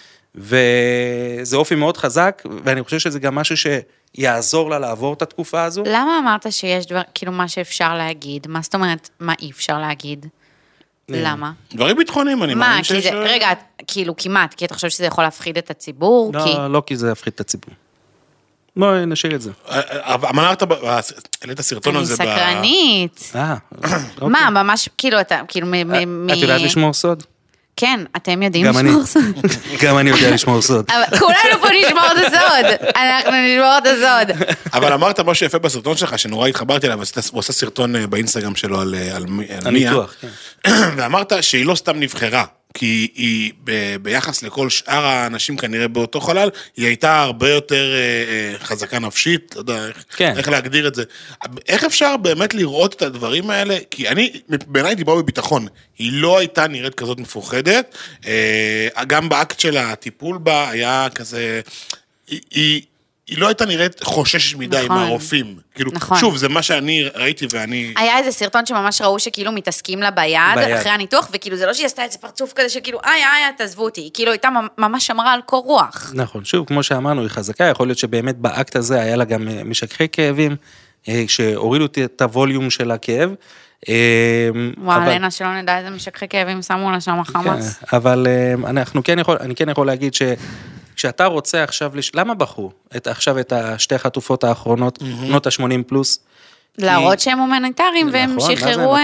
וזה אופי מאוד חזק, ואני חושב שזה גם משהו שיעזור לה לעבור את התקופה הזו. למה אמרת שיש דבר, כאילו מה שאפשר להגיד? מה זאת אומרת, מה אי אפשר להגיד? למה? דברים ביטחוניים, אני מאמין שיש... רגע, כאילו כמעט, כי אתה חושב שזה יכול להפחיד את הציבור? לא, לא כי זה יפחיד את הציבור. בואי נשאיר את זה. אמרת, העלית הסרטון הזה... אני סקרנית. אה, מה, ממש, כאילו, אתה, כאילו, מ... את יודעת לשמור סוד? כן, אתם יודעים לשמור סוד. גם אני יודע לשמור סוד. כולנו פה נשמור את הסוד. אנחנו נשמור את הסוד. אבל אמרת משהו יפה בסרטון שלך, שנורא התחברתי אליו, הוא עושה סרטון באינסטגרם שלו על מיה. ואמרת שהיא לא סתם נבחרה. כי היא, ב- ביחס לכל שאר האנשים כנראה באותו חלל, היא הייתה הרבה יותר אה, חזקה נפשית, לא יודע איך, כן. איך להגדיר את זה. איך אפשר באמת לראות את הדברים האלה? כי אני, בעיניי דיברה בביטחון, היא לא הייתה נראית כזאת מפוחדת, אה, גם באקט של הטיפול בה היה כזה, היא... היא היא לא הייתה נראית חוששת מדי נכון. מהרופאים. כאילו, נכון. שוב, זה מה שאני ראיתי ואני... היה איזה סרטון שממש ראו שכאילו מתעסקים לה ביד, ביד. אחרי הניתוח, וכאילו זה לא שהיא עשתה איזה פרצוף כזה שכאילו, איי, איי, תעזבו אותי. היא כאילו הייתה ממש שמרה על קור רוח. נכון, שוב, כמו שאמרנו, היא חזקה, יכול להיות שבאמת באקט הזה היה לה גם משככי כאבים, שהורידו את הווליום של הכאב. וואו, לנה, שלא נדע איזה משככי כאבים שמו לה שם החמאס. אבל אנחנו כן יכול, אני כן יכול להגיד ש... כשאתה רוצה עכשיו, למה בחרו את, עכשיו את השתי חטופות האחרונות, בנות ה-שמונים פלוס? להראות שהם הומניטריים, והם שחררו...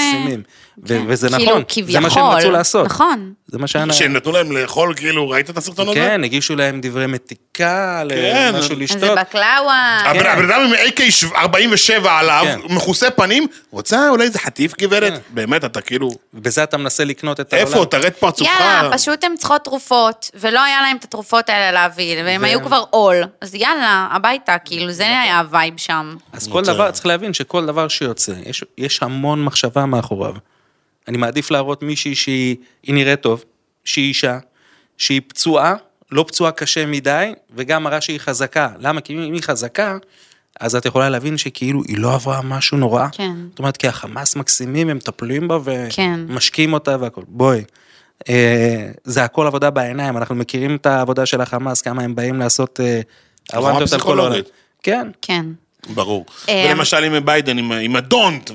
וזה נכון, זה מה שהם רצו לעשות. נכון. זה מה שהם... שהם נתנו להם לאכול, כאילו, ראית את הסרטון הזה? כן, הגישו להם דברי מתיקה, משהו לשתות. זה בקלאווה. הבן אדם עם איי קיי ארבעים ושבע עליו, מכוסה פנים, רוצה אולי איזה חטיף גברת? באמת, אתה כאילו... בזה אתה מנסה לקנות את העולם. איפה? תראה את פרצופך. יאללה, פשוט הם צריכות תרופות, ולא היה להם את התרופות האלה להביא, והם היו כבר עול. אז יאללה, הביתה, כאילו, זה היה הווייב שם. אז כל דבר, צריך להבין שכל דבר שיוצא, יש, יש המון מחשבה מאחוריו. אני מעדיף להראות מישהי שהיא נראית טוב, שהיא אישה, שהיא פצועה, לא פצועה קשה מדי, וגם מראה שהיא חזקה. למה? כי אם היא חזקה, אז את יכולה להבין שכאילו היא לא עברה משהו נורא. כן. זאת אומרת, כי החמאס מקסימים, הם טפלים בה כן. ומשקיעים אותה והכל. בואי, אה, זה הכל עבודה בעיניים, אנחנו מכירים את העבודה של החמאס, כמה הם באים לעשות... רמה פסיכולוגית. כן. כן. ברור. ולמשל עם ביידן, עם הדונט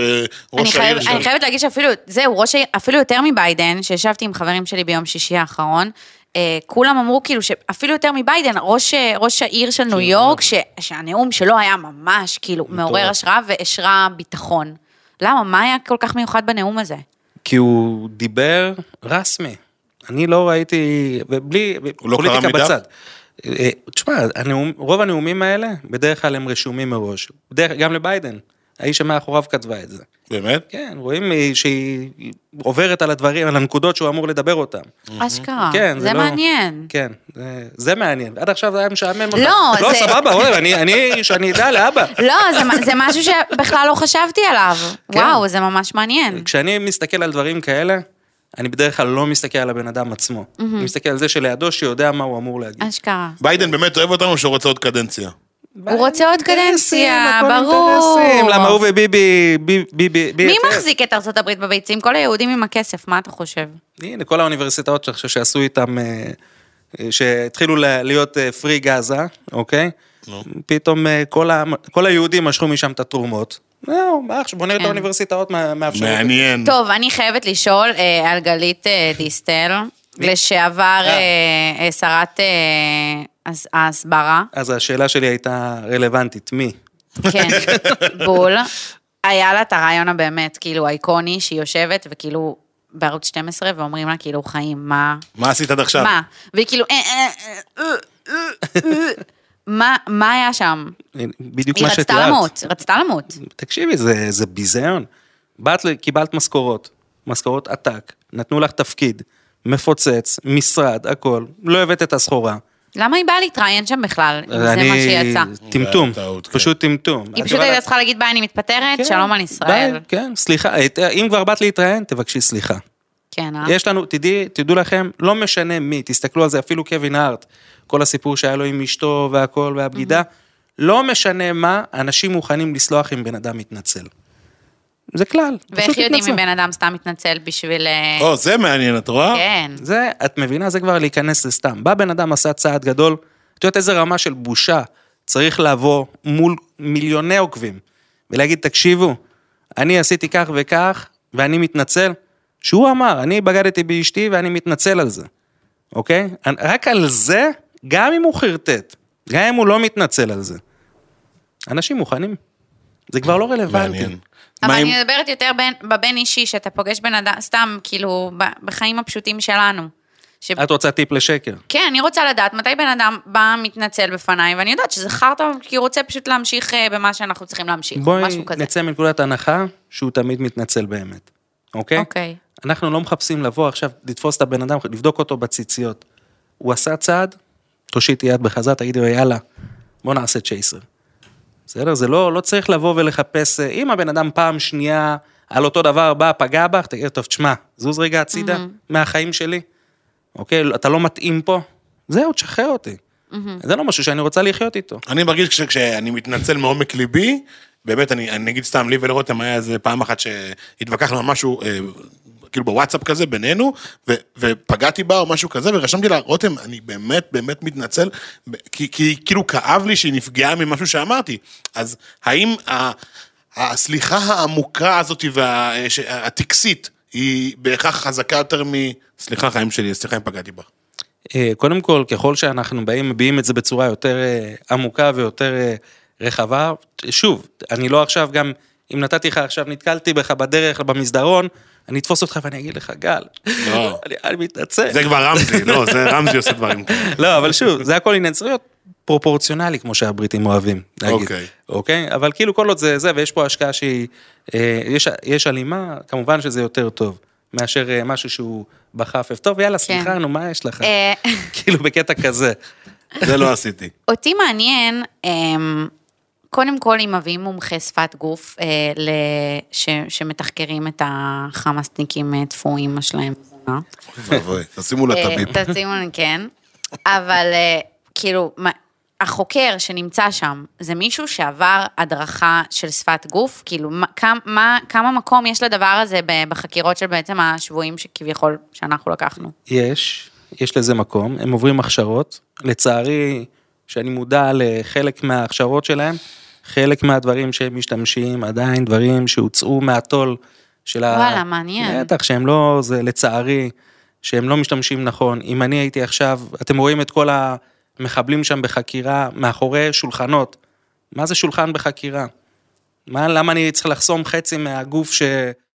וראש העיר שלנו. אני חייבת להגיד שאפילו, זהו, אפילו יותר מביידן, שישבתי עם חברים שלי ביום שישי האחרון, כולם אמרו כאילו שאפילו יותר מביידן, ראש העיר של ניו יורק, שהנאום שלו היה ממש כאילו מעורר השראה והשראה ביטחון. למה? מה היה כל כך מיוחד בנאום הזה? כי הוא דיבר רסמי. אני לא ראיתי, ובלי פוליטיקה בצד. תשמע, רוב הנאומים האלה, בדרך כלל הם רשומים מראש. גם לביידן, האיש שמאחוריו כתבה את זה. באמת? כן, רואים שהיא עוברת על הדברים, על הנקודות שהוא אמור לדבר אותם. אשכרה, זה מעניין. כן, זה מעניין. עד עכשיו זה היה משעמם. לא, זה... לא, סבבה, שאני אדע לאבא. לא, זה משהו שבכלל לא חשבתי עליו. וואו, זה ממש מעניין. כשאני מסתכל על דברים כאלה, אני בדרך כלל לא מסתכל על הבן אדם עצמו. אני מסתכל על זה שלידו שיודע מה הוא אמור להגיד. אשכרה. ביידן באמת אוהב אותנו שהוא רוצה עוד קדנציה. הוא רוצה עוד קדנציה, ברור. למה הוא וביבי, ביבי... מי מחזיק את ארצות הברית בביצים? כל היהודים עם הכסף, מה אתה חושב? הנה, כל האוניברסיטאות שעשו איתם, שהתחילו להיות פרי גזה, אוקיי? פתאום כל היהודים משכו משם את התרומות. זהו, מה עכשיו, בוא נראה את האוניברסיטאות מאפשרות. מעניין. טוב, אני חייבת לשאול על גלית דיסטל, לשעבר שרת ההסברה. אז השאלה שלי הייתה רלוונטית, מי? כן, בול. היה לה את הרעיון הבאמת, כאילו, אייקוני, שהיא יושבת, וכאילו, בערוץ שתים עשרה, ואומרים לה, כאילו, חיים, מה... מה עשית עד עכשיו? מה? והיא כאילו, מה היה שם? בדיוק היא מה רצתה שתיארת. למות, רצתה למות. תקשיבי, זה, זה ביזיון. באת, קיבלת משכורות, משכורות עתק, נתנו לך תפקיד, מפוצץ, משרד, הכל, לא הבאת את הסחורה. למה היא באה להתראיין שם בכלל? אם זה מה שיצא. טמטום, טעות, כן. פשוט טמטום. היא פשוט הייתה צריכה להגיד ביי, אני מתפטרת, כן, שלום על ישראל. ביי, כן, סליחה, אם כבר באת להתראיין, תבקשי סליחה. כן, אה? יש לנו, תדעי, תדעו לכם, לא משנה מי, תסתכלו על זה, אפילו קווין הארט, כל הסיפור שהיה לו עם אשתו והכל והבגידה, לא משנה מה, אנשים מוכנים לסלוח אם בן אדם מתנצל. זה כלל, ואיך פשוט יודעים מתנצל. אם בן אדם סתם מתנצל בשביל... או, זה מעניין, את רואה? כן. זה, את מבינה, זה כבר להיכנס לסתם. בא בן אדם, עשה צעד גדול, את יודעת איזה רמה של בושה, צריך לבוא מול מיליוני עוקבים, ולהגיד, תקשיבו, אני עשיתי כך וכך, ואני מתנצל, שהוא אמר, אני בגדתי באשתי, ואני מתנצל על זה, אוקיי? רק על זה, גם אם הוא חרטט, גם אם הוא לא מתנצל על זה, אנשים מוכנים. זה כבר לא רלוונטי. מעניין. אבל מה אני עם- מדברת יותר בין- בבין אישי, שאתה פוגש בן אדם, סתם, כאילו, ב- בחיים הפשוטים שלנו. ש- את רוצה טיפ לשקר? כן, אני רוצה לדעת מתי בן אדם בא, מתנצל בפניי, ואני יודעת שזה חרטא, כי הוא רוצה פשוט להמשיך אה, במה שאנחנו צריכים להמשיך, בואי משהו כזה. נצא מנקודת הנחה, שהוא תמיד מתנצל באמת, אוקיי? אוקיי. אנחנו לא מחפשים לבוא עכשיו, לתפוס את הבן אדם, לבדוק אותו בציציות. הוא עשה צעד, תושיטי יד בחזרה, תגידי לו, יאללה, בוא נעשה צ'ייסר. בסדר? זה לא, לא צריך לבוא ולחפש, אם הבן אדם פעם שנייה, על אותו דבר בא, פגע בך, תגיד, טוב, תשמע, זוז רגע הצידה, מהחיים שלי, אוקיי? אתה לא מתאים פה, זהו, תשחרר אותי. זה לא משהו שאני רוצה לחיות איתו. אני מרגיש כש- כשאני מתנצל מעומק ליבי, באמת, אני, אני אגיד סתם, לי ולרותם היה איזה פעם אחת שהתווכחנו על משהו, אה, כאילו בוואטסאפ כזה בינינו, ו, ופגעתי בה או משהו כזה, ורשמתי לה, רותם, אני באמת באמת מתנצל, ב- כי, כי כאילו כאב לי שהיא נפגעה ממשהו שאמרתי. אז האם ה, הסליחה העמוקה הזאת והטקסית, היא בהכרח חזקה יותר מ... סליחה, חיים שלי, סליחה אם פגעתי בך. אה, קודם כל, ככל שאנחנו באים, מביאים את זה בצורה יותר אה, עמוקה ויותר אה, רחבה, שוב, אני לא עכשיו גם, אם נתתי לך עכשיו, נתקלתי בך בדרך, במסדרון, אני אתפוס אותך ואני אגיד לך, גל, לא. אני, אני מתנצל. זה כבר רמזי, לא, זה רמזי עושה דברים כאלה. לא, אבל שוב, זה הכל עניין, צריך להיות פרופורציונלי, כמו שהבריטים אוהבים, להגיד. אוקיי. אוקיי? אבל כאילו כל עוד זה זה, ויש פה השקעה שהיא, אה, יש, יש הלימה, כמובן שזה יותר טוב, מאשר אה, משהו שהוא בחפף. טוב, יאללה, סליחה, נו, מה יש לך? אה, כאילו בקטע כזה. זה לא עשיתי. אותי מעניין, אמ, קודם כל, אם מביאים מומחה שפת גוף, אה, ל- ש- שמתחקרים את החמאסניקים אה, תפואים שלהם. אה? ואבוי, תשימו לה את אה, הביפ. תשימו, כן. אבל אה, כאילו, מה- החוקר שנמצא שם, זה מישהו שעבר הדרכה של שפת גוף? כאילו, מה- כמה- מה- כמה מקום יש לדבר הזה ב- בחקירות של בעצם השבויים שכביכול שאנחנו לקחנו? יש, יש לזה מקום, הם עוברים הכשרות, לצערי, שאני מודע לחלק מההכשרות שלהם, חלק מהדברים שהם משתמשים, עדיין דברים שהוצאו מהטול של ה... וואלה, מעניין. בטח, שהם לא, זה לצערי, שהם לא משתמשים נכון. אם אני הייתי עכשיו, אתם רואים את כל המחבלים שם בחקירה, מאחורי שולחנות. מה זה שולחן בחקירה? מה, למה אני צריך לחסום חצי מהגוף ש...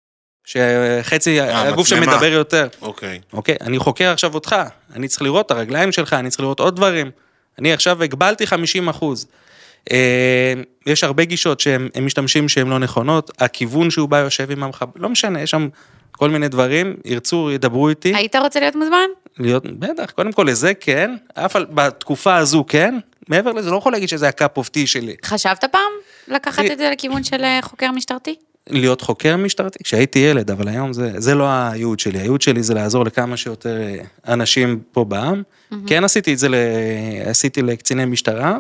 שחצי, הגוף מצלמה. שמדבר יותר? אוקיי. אוקיי, אני חוקר עכשיו אותך, אני צריך לראות את הרגליים שלך, אני צריך לראות עוד דברים. אני עכשיו הגבלתי חמישים אחוז. אה, יש הרבה גישות שהם הם משתמשים שהן לא נכונות, הכיוון שהוא בא יושב עם המחבל, לא משנה, יש שם כל מיני דברים, ירצו, ידברו איתי. היית רוצה להיות מוזמן? להיות, בטח, קודם כל לזה כן, אף על, בתקופה הזו כן, מעבר לזה לא יכול להגיד שזה הקאפ אוף טי שלי. חשבת פעם לקחת אה, את זה לכיוון של אה, חוקר משטרתי? להיות חוקר משטרתי, כשהייתי ילד, אבל היום זה, זה לא הייעוד שלי, הייעוד שלי זה לעזור לכמה שיותר אנשים פה בעם, כן עשיתי את זה, עשיתי לקציני משטרה,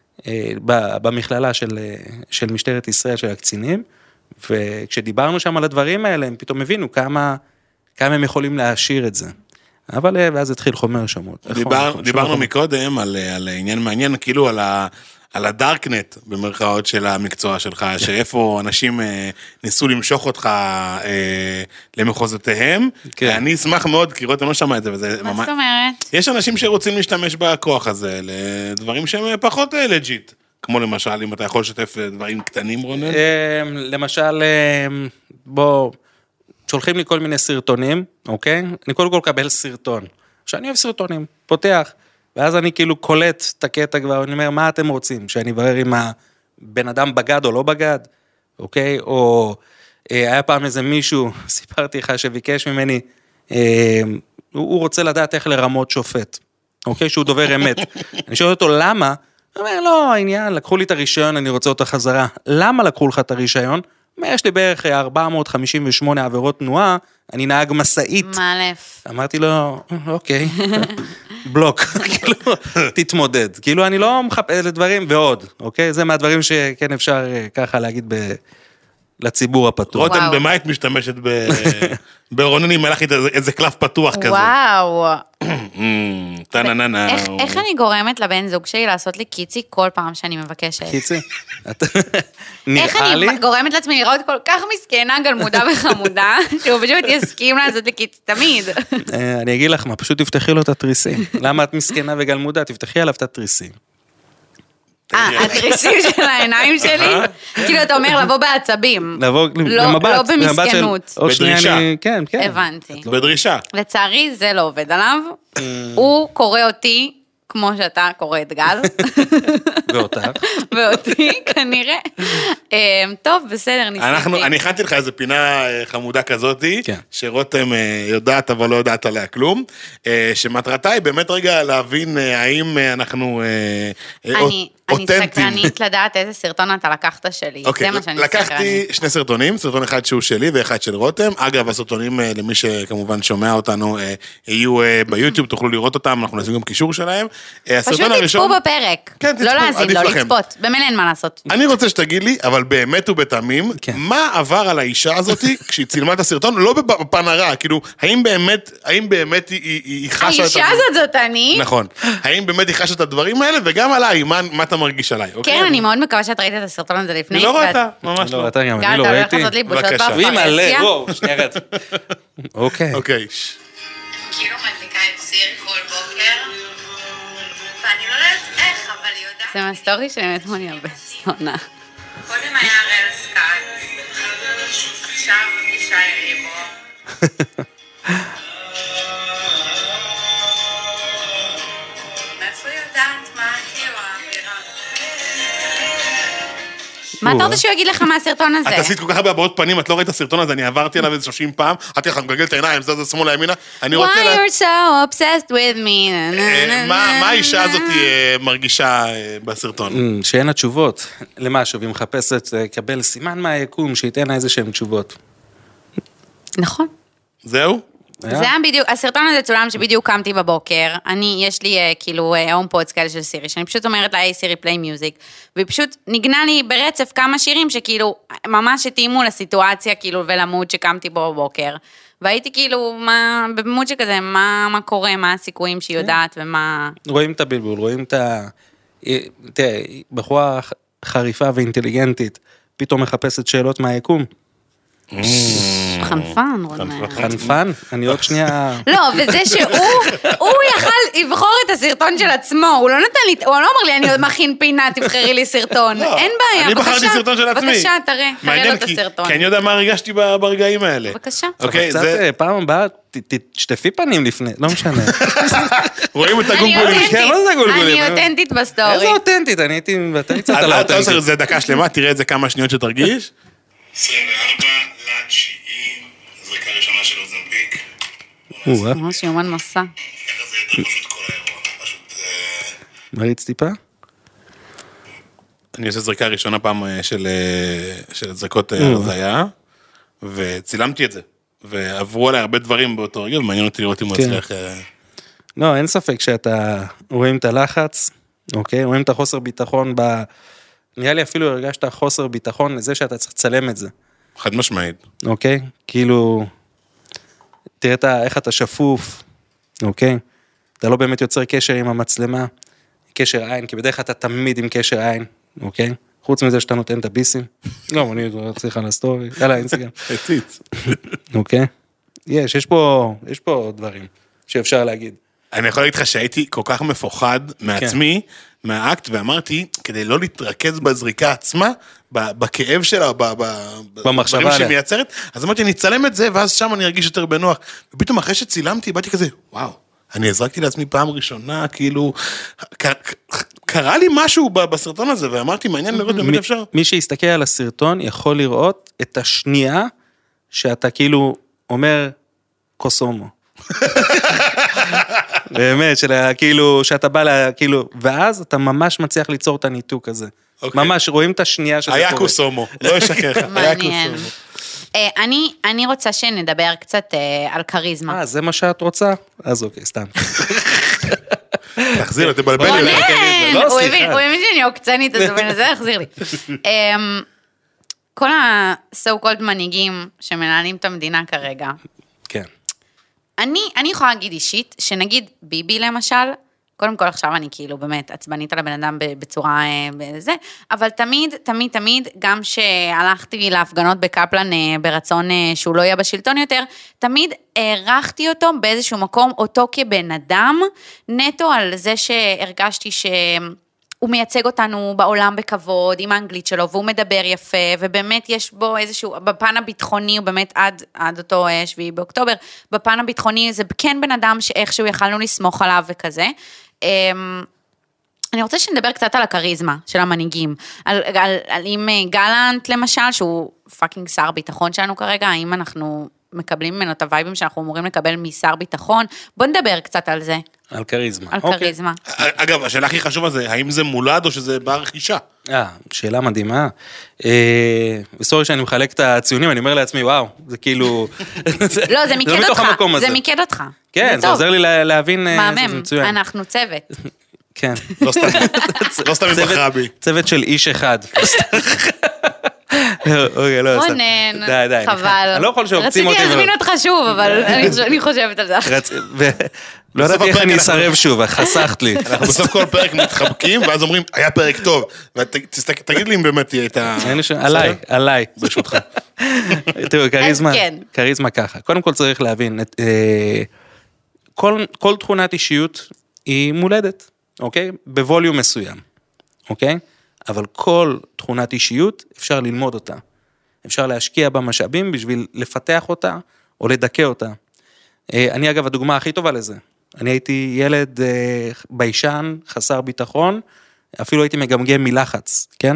במכללה של, של משטרת ישראל, של הקצינים, וכשדיברנו שם על הדברים האלה, הם פתאום הבינו כמה, כמה הם יכולים להשאיר את זה. אבל ואז התחיל חומר שמות. דיבר, דיברנו מקודם על, על עניין מעניין, כאילו על ה... על הדארקנט, במרכאות של המקצוע שלך, שאיפה אנשים אה, ניסו למשוך אותך אה, למחוזותיהם. כן. אני אשמח מאוד, כי רותם לא שמע את זה, וזה מה ממש... זאת אומרת? יש אנשים שרוצים להשתמש בכוח הזה, לדברים שהם פחות לג'יט. כמו למשל, אם אתה יכול לשתף דברים קטנים, רונן. למשל, בוא, שולחים לי כל מיני סרטונים, אוקיי? אני קודם כל קבל סרטון, שאני אוהב סרטונים, פותח, ואז אני כאילו קולט את הקטע כבר, אני אומר, מה אתם רוצים? שאני אברר אם הבן אדם בגד או לא בגד, אוקיי? או היה פעם איזה מישהו, סיפרתי לך שביקש ממני, הוא רוצה לדעת איך לרמות שופט, אוקיי? שהוא דובר אמת. אני שואל אותו, למה? הוא אומר, לא, העניין, לקחו לי את הרישיון, אני רוצה אותה חזרה. למה לקחו לך את הרישיון? יש לי בערך ארבע מאות חמישים ושמונה עבירות תנועה, אני נהג מסעית. מאלף. אמרתי לו, אוקיי, בלוק, כאילו, תתמודד. כאילו, אני לא מחפש לדברים ועוד, אוקיי? זה מהדברים שכן אפשר ככה להגיד לציבור הפתוח. רותם, במה את משתמשת ברונן עם מלאכית איזה קלף פתוח כזה? וואו. טנננה. איך אני גורמת לבן זוג שלי לעשות לי קיצי כל פעם שאני מבקשת? קיצי? איך אני גורמת לעצמי לראות כל כך מסכנה, גלמודה וחמודה, שהוא פשוט יסכים לעשות לי קיצי תמיד. אני אגיד לך מה, פשוט תפתחי לו את התריסים. למה את מסכנה וגלמודה? תפתחי עליו את התריסים. אה, התריסים של העיניים שלי? כאילו אתה אומר לבוא בעצבים. לבוא במבט. לא במסכנות. בדרישה. כן, כן. הבנתי. בדרישה. לצערי זה לא עובד עליו. הוא קורא אותי כמו שאתה קורא את גל. ואותך. ואותי, כנראה. טוב, בסדר, ניסיתי. אני הכנתי לך איזו פינה חמודה כזאת, שרותם יודעת, אבל לא יודעת עליה כלום, שמטרתה היא באמת רגע להבין האם אנחנו אותנטיים. אני סקרנית לדעת איזה סרטון אתה לקחת שלי, זה מה שאני סקרנית. לקחתי שני סרטונים, סרטון אחד שהוא שלי ואחד של רותם, אגב, הסרטונים למי שכמובן שומע אותנו, יהיו ביוטיוב, תוכלו לראות אותם, אנחנו נשים גם קישור שלהם. פשוט תצפו בפרק, לא להזין, לא לצפות, במילא אין מה לעשות. אני רוצה שתגיד לי, אבל באמת ובתמים, מה עבר על האישה הזאת כשהיא צילמה את הסרטון, לא בפן הרע, כאילו, האם באמת, האם באמת היא חשה את האישה הזאת זאת אני? נכון. האם באמת היא חשה את הדברים האלה, וגם עליי, מה אתה מרגיש עליי? כן, אני מאוד מקווה שאת ראית את הסרטון הזה לפני. אני לא ראיתה, ממש לא. אתה גם, אני לא ראיתי. אתה הולך לעשות לי בושות בבקשה. והיא מלא, בפרהסיה. וואו, שנייה רד. אוקיי. אוקיי. כאילו מדליקה את סיר כל בוקר, ואני לא יודעת איך, אבל היא יודעת. זה מהסטורי שבאמת אני הרבה סטונה. קודם היה רל סקאט, עכשיו אישה יריבו. מאיפה יודעת מה כאילו האווירה? מה אתה רוצה שהוא יגיד לך מהסרטון הזה? את עשית כל כך הרבה הבעות פנים, את לא ראית את הסרטון הזה, אני עברתי עליו איזה שלושים פעם, אמרתי לך, מגלגל את העיניים, זה שמאלה ימינה, אני רוצה... Why you're so obsessed with me? מה האישה הזאת מרגישה בסרטון? שאין לה תשובות. למשהו, והיא מחפשת לקבל סימן מהיקום, שייתן לה איזה שהן תשובות. נכון. זהו? זה היה בדיוק, הסרטון הזה צולם שבדיוק קמתי בבוקר, אני, יש לי כאילו הום-פודס כאלה של סירי, שאני פשוט אומרת לה, היי סירי פליי מיוזיק, והיא פשוט ניגנה לי ברצף כמה שירים שכאילו, ממש התאימו לסיטואציה כאילו ולמוד שקמתי בו בבוקר, והייתי כאילו, מה, במוד שכזה, מה, מה קורה, מה הסיכויים שהיא יודעת ומה... רואים את הבלבול, רואים את ה... תראה, בחורה חריפה ואינטליגנטית, פתאום מחפשת שאלות מהיקום. חנפן, חנפן? אני עוד שנייה... לא, וזה שהוא, הוא יכל לבחור את הסרטון של עצמו, הוא לא נתן לי, הוא לא אמר לי, אני עוד מכין פינה, תבחרי לי סרטון, אין בעיה, אני בחרתי סרטון של עצמי. בבקשה, תראה, תראה לו את הסרטון. כי אני יודע מה הרגשתי ברגעים האלה. בבקשה. אוקיי, קצת זה... פעם הבאה, תשטפי פנים לפני, לא משנה. רואים את הגולגולים. כן, מה זה הגולגולים? אני אותנטית בסטורי. איזה אותנטית, אני הייתי מבטא קצת על האותנטית. זה דקה שלמה, תראה את זה כמה שניות שתרגיש. עשרים וארבע לתשיעי, זריקה ראשונה של אוזנפיק. ממש יומן מסע. ככה זה יותר פשוט כל האירוע, פשוט... מריץ טיפה? אני עושה זריקה ראשונה פעם של זריקות הרזיה, וצילמתי את זה, ועברו עליי הרבה דברים באותו רגע, ומעניין אותי לראות אם הוא הצליח... לא, אין ספק שאתה רואים את הלחץ, אוקיי? רואים את החוסר ביטחון ב... נראה לי אפילו הרגשת חוסר ביטחון לזה שאתה צריך לצלם את זה. חד משמעית. אוקיי? כאילו, תראה איך אתה שפוף, אוקיי? אתה לא באמת יוצר קשר עם המצלמה, קשר עין, כי בדרך כלל אתה תמיד עם קשר עין, אוקיי? חוץ מזה שאתה נותן את הביסים. לא, אני צריך על הסטורי, יאללה, אינסטגרם. הציץ. אוקיי? יש, יש פה, יש פה דברים שאפשר להגיד. אני יכול להגיד לך שהייתי כל כך מפוחד מעצמי, מהאקט, ואמרתי, כדי לא להתרכז בזריקה עצמה, בכאב שלה, במחשבה בדברים שהיא עליה. מייצרת, אז אמרתי, אני אצלם את זה, ואז שם אני ארגיש יותר בנוח. ופתאום אחרי שצילמתי, באתי כזה, וואו, אני הזרקתי לעצמי פעם ראשונה, כאילו, קרה לי משהו בסרטון הזה, ואמרתי, מעניין לראות באמת אפשר. מי שיסתכל על הסרטון יכול לראות את השנייה שאתה כאילו אומר קוסומו. באמת, כאילו, שאתה בא לה, כאילו, ואז אתה ממש מצליח ליצור את הניתוק הזה. ממש רואים את השנייה שזה קורה. היה קוסומו, לא ישקר לך, היה מעניין. קוסומו. אה, אני, אני רוצה שנדבר קצת אה, על קריזמה. אה, זה מה שאת רוצה? אז אוקיי, סתם. תחזיר, תבלבל לי. רונן, לא, הוא סליחה. הבין, הוא הבין שאני עוקצנית, אז הוא מנסה להחזיר לי. אמ, כל ה-so called מנהיגים שמנהלים את המדינה כרגע, כן. אני, אני יכולה להגיד אישית, שנגיד ביבי למשל, קודם כל עכשיו אני כאילו באמת עצבנית על הבן אדם בצורה בזה, אבל תמיד, תמיד, תמיד, גם שהלכתי להפגנות בקפלן ברצון שהוא לא יהיה בשלטון יותר, תמיד הערכתי אותו באיזשהו מקום, אותו כבן אדם, נטו על זה שהרגשתי ש... הוא מייצג אותנו בעולם בכבוד, עם האנגלית שלו, והוא מדבר יפה, ובאמת יש בו איזשהו, בפן הביטחוני, הוא באמת עד, עד אותו שביעי באוקטובר, בפן הביטחוני זה כן בן אדם שאיכשהו יכלנו לסמוך עליו וכזה. אני רוצה שנדבר קצת על הקריזמה של המנהיגים, על, על, על עם גלנט למשל, שהוא פאקינג שר ביטחון שלנו כרגע, האם אנחנו מקבלים ממנו את הווייבים שאנחנו אמורים לקבל משר ביטחון, בוא נדבר קצת על זה. על קריזמה. על אוקיי. קריזמה. אגב, השאלה הכי חשובה זה, האם זה מולד או שזה בר רכישה? אה, שאלה מדהימה. אה, וסורי שאני מחלק את הציונים, אני אומר לעצמי, וואו, זה כאילו... לא, זה מיקד מתוך אותך, המקום הזה. זה מיקד אותך. כן, זה עוזר לי לה- להבין אה, שזה מהמם, מצוין. אנחנו צוות. כן. לא סתם, לא סתם היא בחרה בי. צוות של איש אחד. אוקיי, לא, סתם. רונן, די, די. חבל. אני לא יכול שעוקצים אותי. רציתי להזמין ולא- אותך שוב, אבל אני חושב- אני חושבת על זה. רצ- ו- לא בסוף ידעתי איך הפרק אני אנחנו- אסרב שוב, חסכת לי. אנחנו בסוף כל פרק מתחבקים, ואז אומרים, היה פרק טוב. ותגיד לי אם באמת היא הייתה... אין לי ש- עליי, עליי, ברשותך. תראו, כריזמה, כן. כריזמה ככה. קודם כל צריך להבין, את, אה, כל, כל תכונת אישיות היא מולדת, אוקיי? בווליום מסוים, אוקיי? אבל כל תכונת אישיות אפשר ללמוד אותה. אפשר להשקיע בה משאבים בשביל לפתח אותה או לדכא אותה. אה, אני אגב הדוגמה הכי טובה לזה. אני הייתי ילד אה, ביישן, חסר ביטחון, אפילו הייתי מגמגם מלחץ, כן?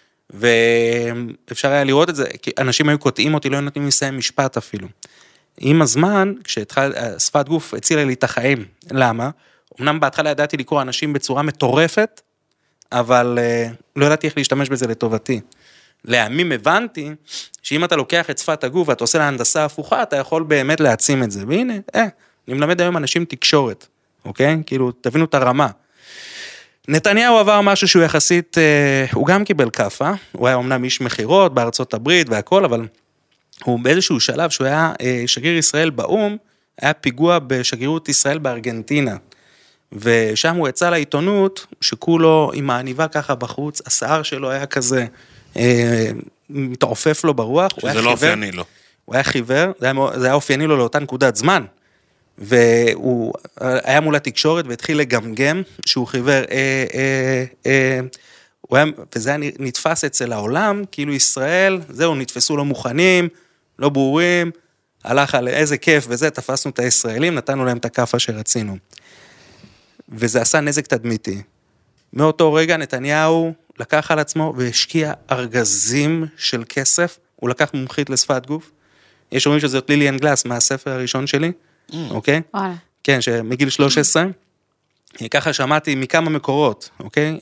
ואפשר היה לראות את זה, כי אנשים היו קוטעים אותי, לא נותנים לי לסיים משפט אפילו. עם הזמן, כשהתחל, שפת גוף הצילה לי את החיים. למה? אמנם בהתחלה ידעתי לקרוא אנשים בצורה מטורפת, אבל uh, לא ידעתי איך להשתמש בזה לטובתי. לימים הבנתי, שאם אתה לוקח את שפת הגוף, ואתה עושה להנדסה הפוכה, אתה יכול באמת להעצים את זה. והנה, אה, אני מלמד היום אנשים תקשורת, אוקיי? כאילו, תבינו את הרמה. נתניהו עבר משהו שהוא יחסית, אה, הוא גם קיבל קפה, הוא היה אמנם איש מחירות בארצות הברית והכל, אבל הוא באיזשהו שלב שהוא היה אה, שגריר ישראל באום, היה פיגוע בשגרירות ישראל בארגנטינה, ושם הוא יצא לעיתונות, שכולו עם העניבה ככה בחוץ, השיער שלו היה כזה, אה, מתעופף לו ברוח, שזה לא אופייני לו. הוא היה חיוור, זה היה, זה היה אופייני לו לאותה נקודת זמן, והוא היה מול התקשורת והתחיל לגמגם, שהוא חיוור, אה, אה, אה, הוא היה, וזה היה נתפס אצל העולם, כאילו ישראל, זהו, נתפסו לא מוכנים, לא ברורים, הלך על איזה כיף וזה, תפסנו את הישראלים, נתנו להם את הכפה שרצינו. וזה עשה נזק תדמיתי. מאותו רגע נתניהו לקח על עצמו והשקיע ארגזים של כסף, הוא לקח מומחית לשפת גוף, יש אומרים שזאת ליליאן גלאס מהספר הראשון שלי, אוקיי? וואלה. כן, שמגיל שלוש עשרה, ככה שמעתי מכמה מקורות, אוקיי?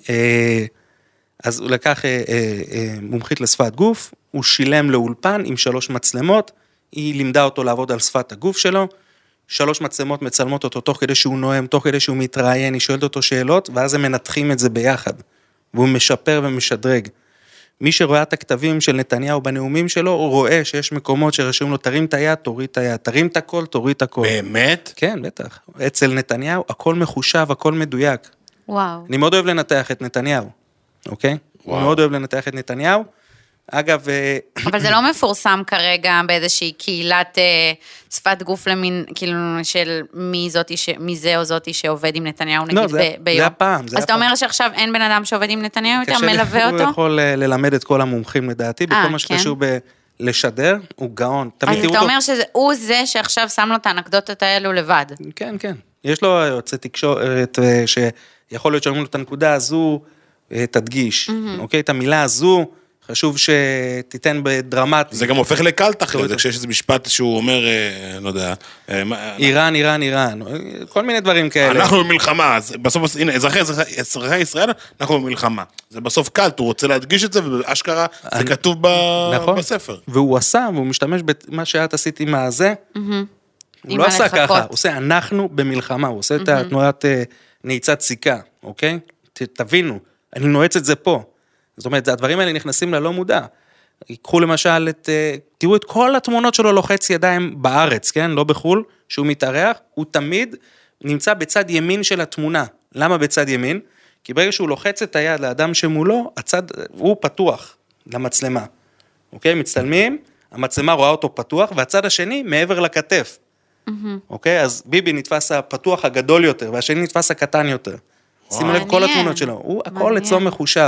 אז הוא לקח מומחית לשפת גוף, הוא שילם לאולפן עם שלוש מצלמות, היא לימדה אותו לעבוד על שפת הגוף שלו, שלוש מצלמות מצלמות אותו תוך כדי שהוא נואם, תוך כדי שהוא מתראיין, היא שואלת אותו שאלות, ואז הם מנתחים את זה ביחד, והוא משפר ומשדרג. מי שרואה את הכתבים של נתניהו בנאומים שלו, הוא רואה שיש מקומות שרשום לו, תרים את היד, תוריד את היד, תרים את הכל, תוריד את הכל. באמת? כן, בטח. אצל נתניהו, הכל מחושב, הכל מדויק. וואו. אני מאוד אוהב לנתח את נתניהו, אוקיי? וואו. אני מאוד אוהב לנתח את נתניהו, אגב, אה, אבל זה לא מפורסם כרגע באיזושהי קהילת אה, שפת גוף למין, כאילו של מי זאתי, ש- מי זה או זאתי שעובד עם נתניהו נגיד לא, זה- ב- ביום. זה הפעם, זה אז אתה הפעם. אומר שעכשיו אין בן אדם שעובד עם נתניהו יותר, קשה לי, מלווה הוא אותו? יכול אה, ללמד את כל המומחים לדעתי, בכל אה, מה כן. שקשור בלשדר, הוא גאון. תמיד אז תראו אתה אותו. אומר שהוא זה שעכשיו שם לו את האנקדוטות האלו לבד. כן, כן. יש לו יוצא תקשורת אה, שיכול להיות שאומרים לו את הנקודה הזו, אה, תדגיש, אוקיי? את המילה הזו, חשוב שתיתן בדרמטי. זה גם הופך לקלט אחרי תוריד זה, את- כשיש איזה משפט שהוא אומר, אה, לא יודע, אה, מה- איראן, איראן, איראן, כל מיני דברים כאלה. אנחנו במלחמה, אז בסוף, הנה, אזרחי, אזרחי, אזרחי ישראל, אנחנו במלחמה. זה בסוף קלט, הוא רוצה להדגיש את זה, ואשכרה, זה אני- כתוב ב... נכון. בספר. והוא עשה, והוא משתמש במה שאת עשית עם הזה, הוא עם לא עשה הלחכות. ככה, הוא עושה אנחנו במלחמה, הוא עושה את התנועת אה, נעיצת סיכה, אוקיי? ת- תבינו, אני נועץ את זה פה. זאת אומרת, הדברים האלה נכנסים ללא מודע. ייקחו למשל את, אה, תראו את כל התמונות שלו לוחץ ידיים בארץ, כן? לא בחול, שהוא מתארח, הוא תמיד נמצא בצד ימין של התמונה. למה בצד ימין? כי ברגע שהוא לוחץ את היד לאדם שמולו, הצד, הוא פתוח למצלמה. אוקיי? מצטלמים, המצלמה רואה אותו פתוח, והצד השני מעבר לכתף. אוקיי? אז ביבי נתפס הפתוח הגדול יותר, והשני נתפס הקטן יותר. שימו לב כל מעניין. התמונות שלו, הוא הכל מעניין. אצלו מחושב.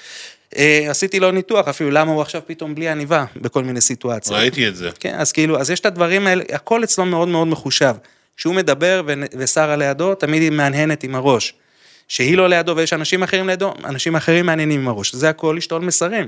אה, עשיתי לו ניתוח, אפילו למה הוא עכשיו פתאום בלי עניבה, בכל מיני סיטואציות. ראיתי את זה. כן, אז כאילו, אז יש את הדברים האלה, הכל אצלו מאוד מאוד מחושב. כשהוא מדבר ו- ושרה לידו, תמיד היא מהנהנת עם הראש. שהיא לא לידו ויש אנשים אחרים לידו, אנשים אחרים מעניינים עם הראש. זה הכל לשתול מסרים.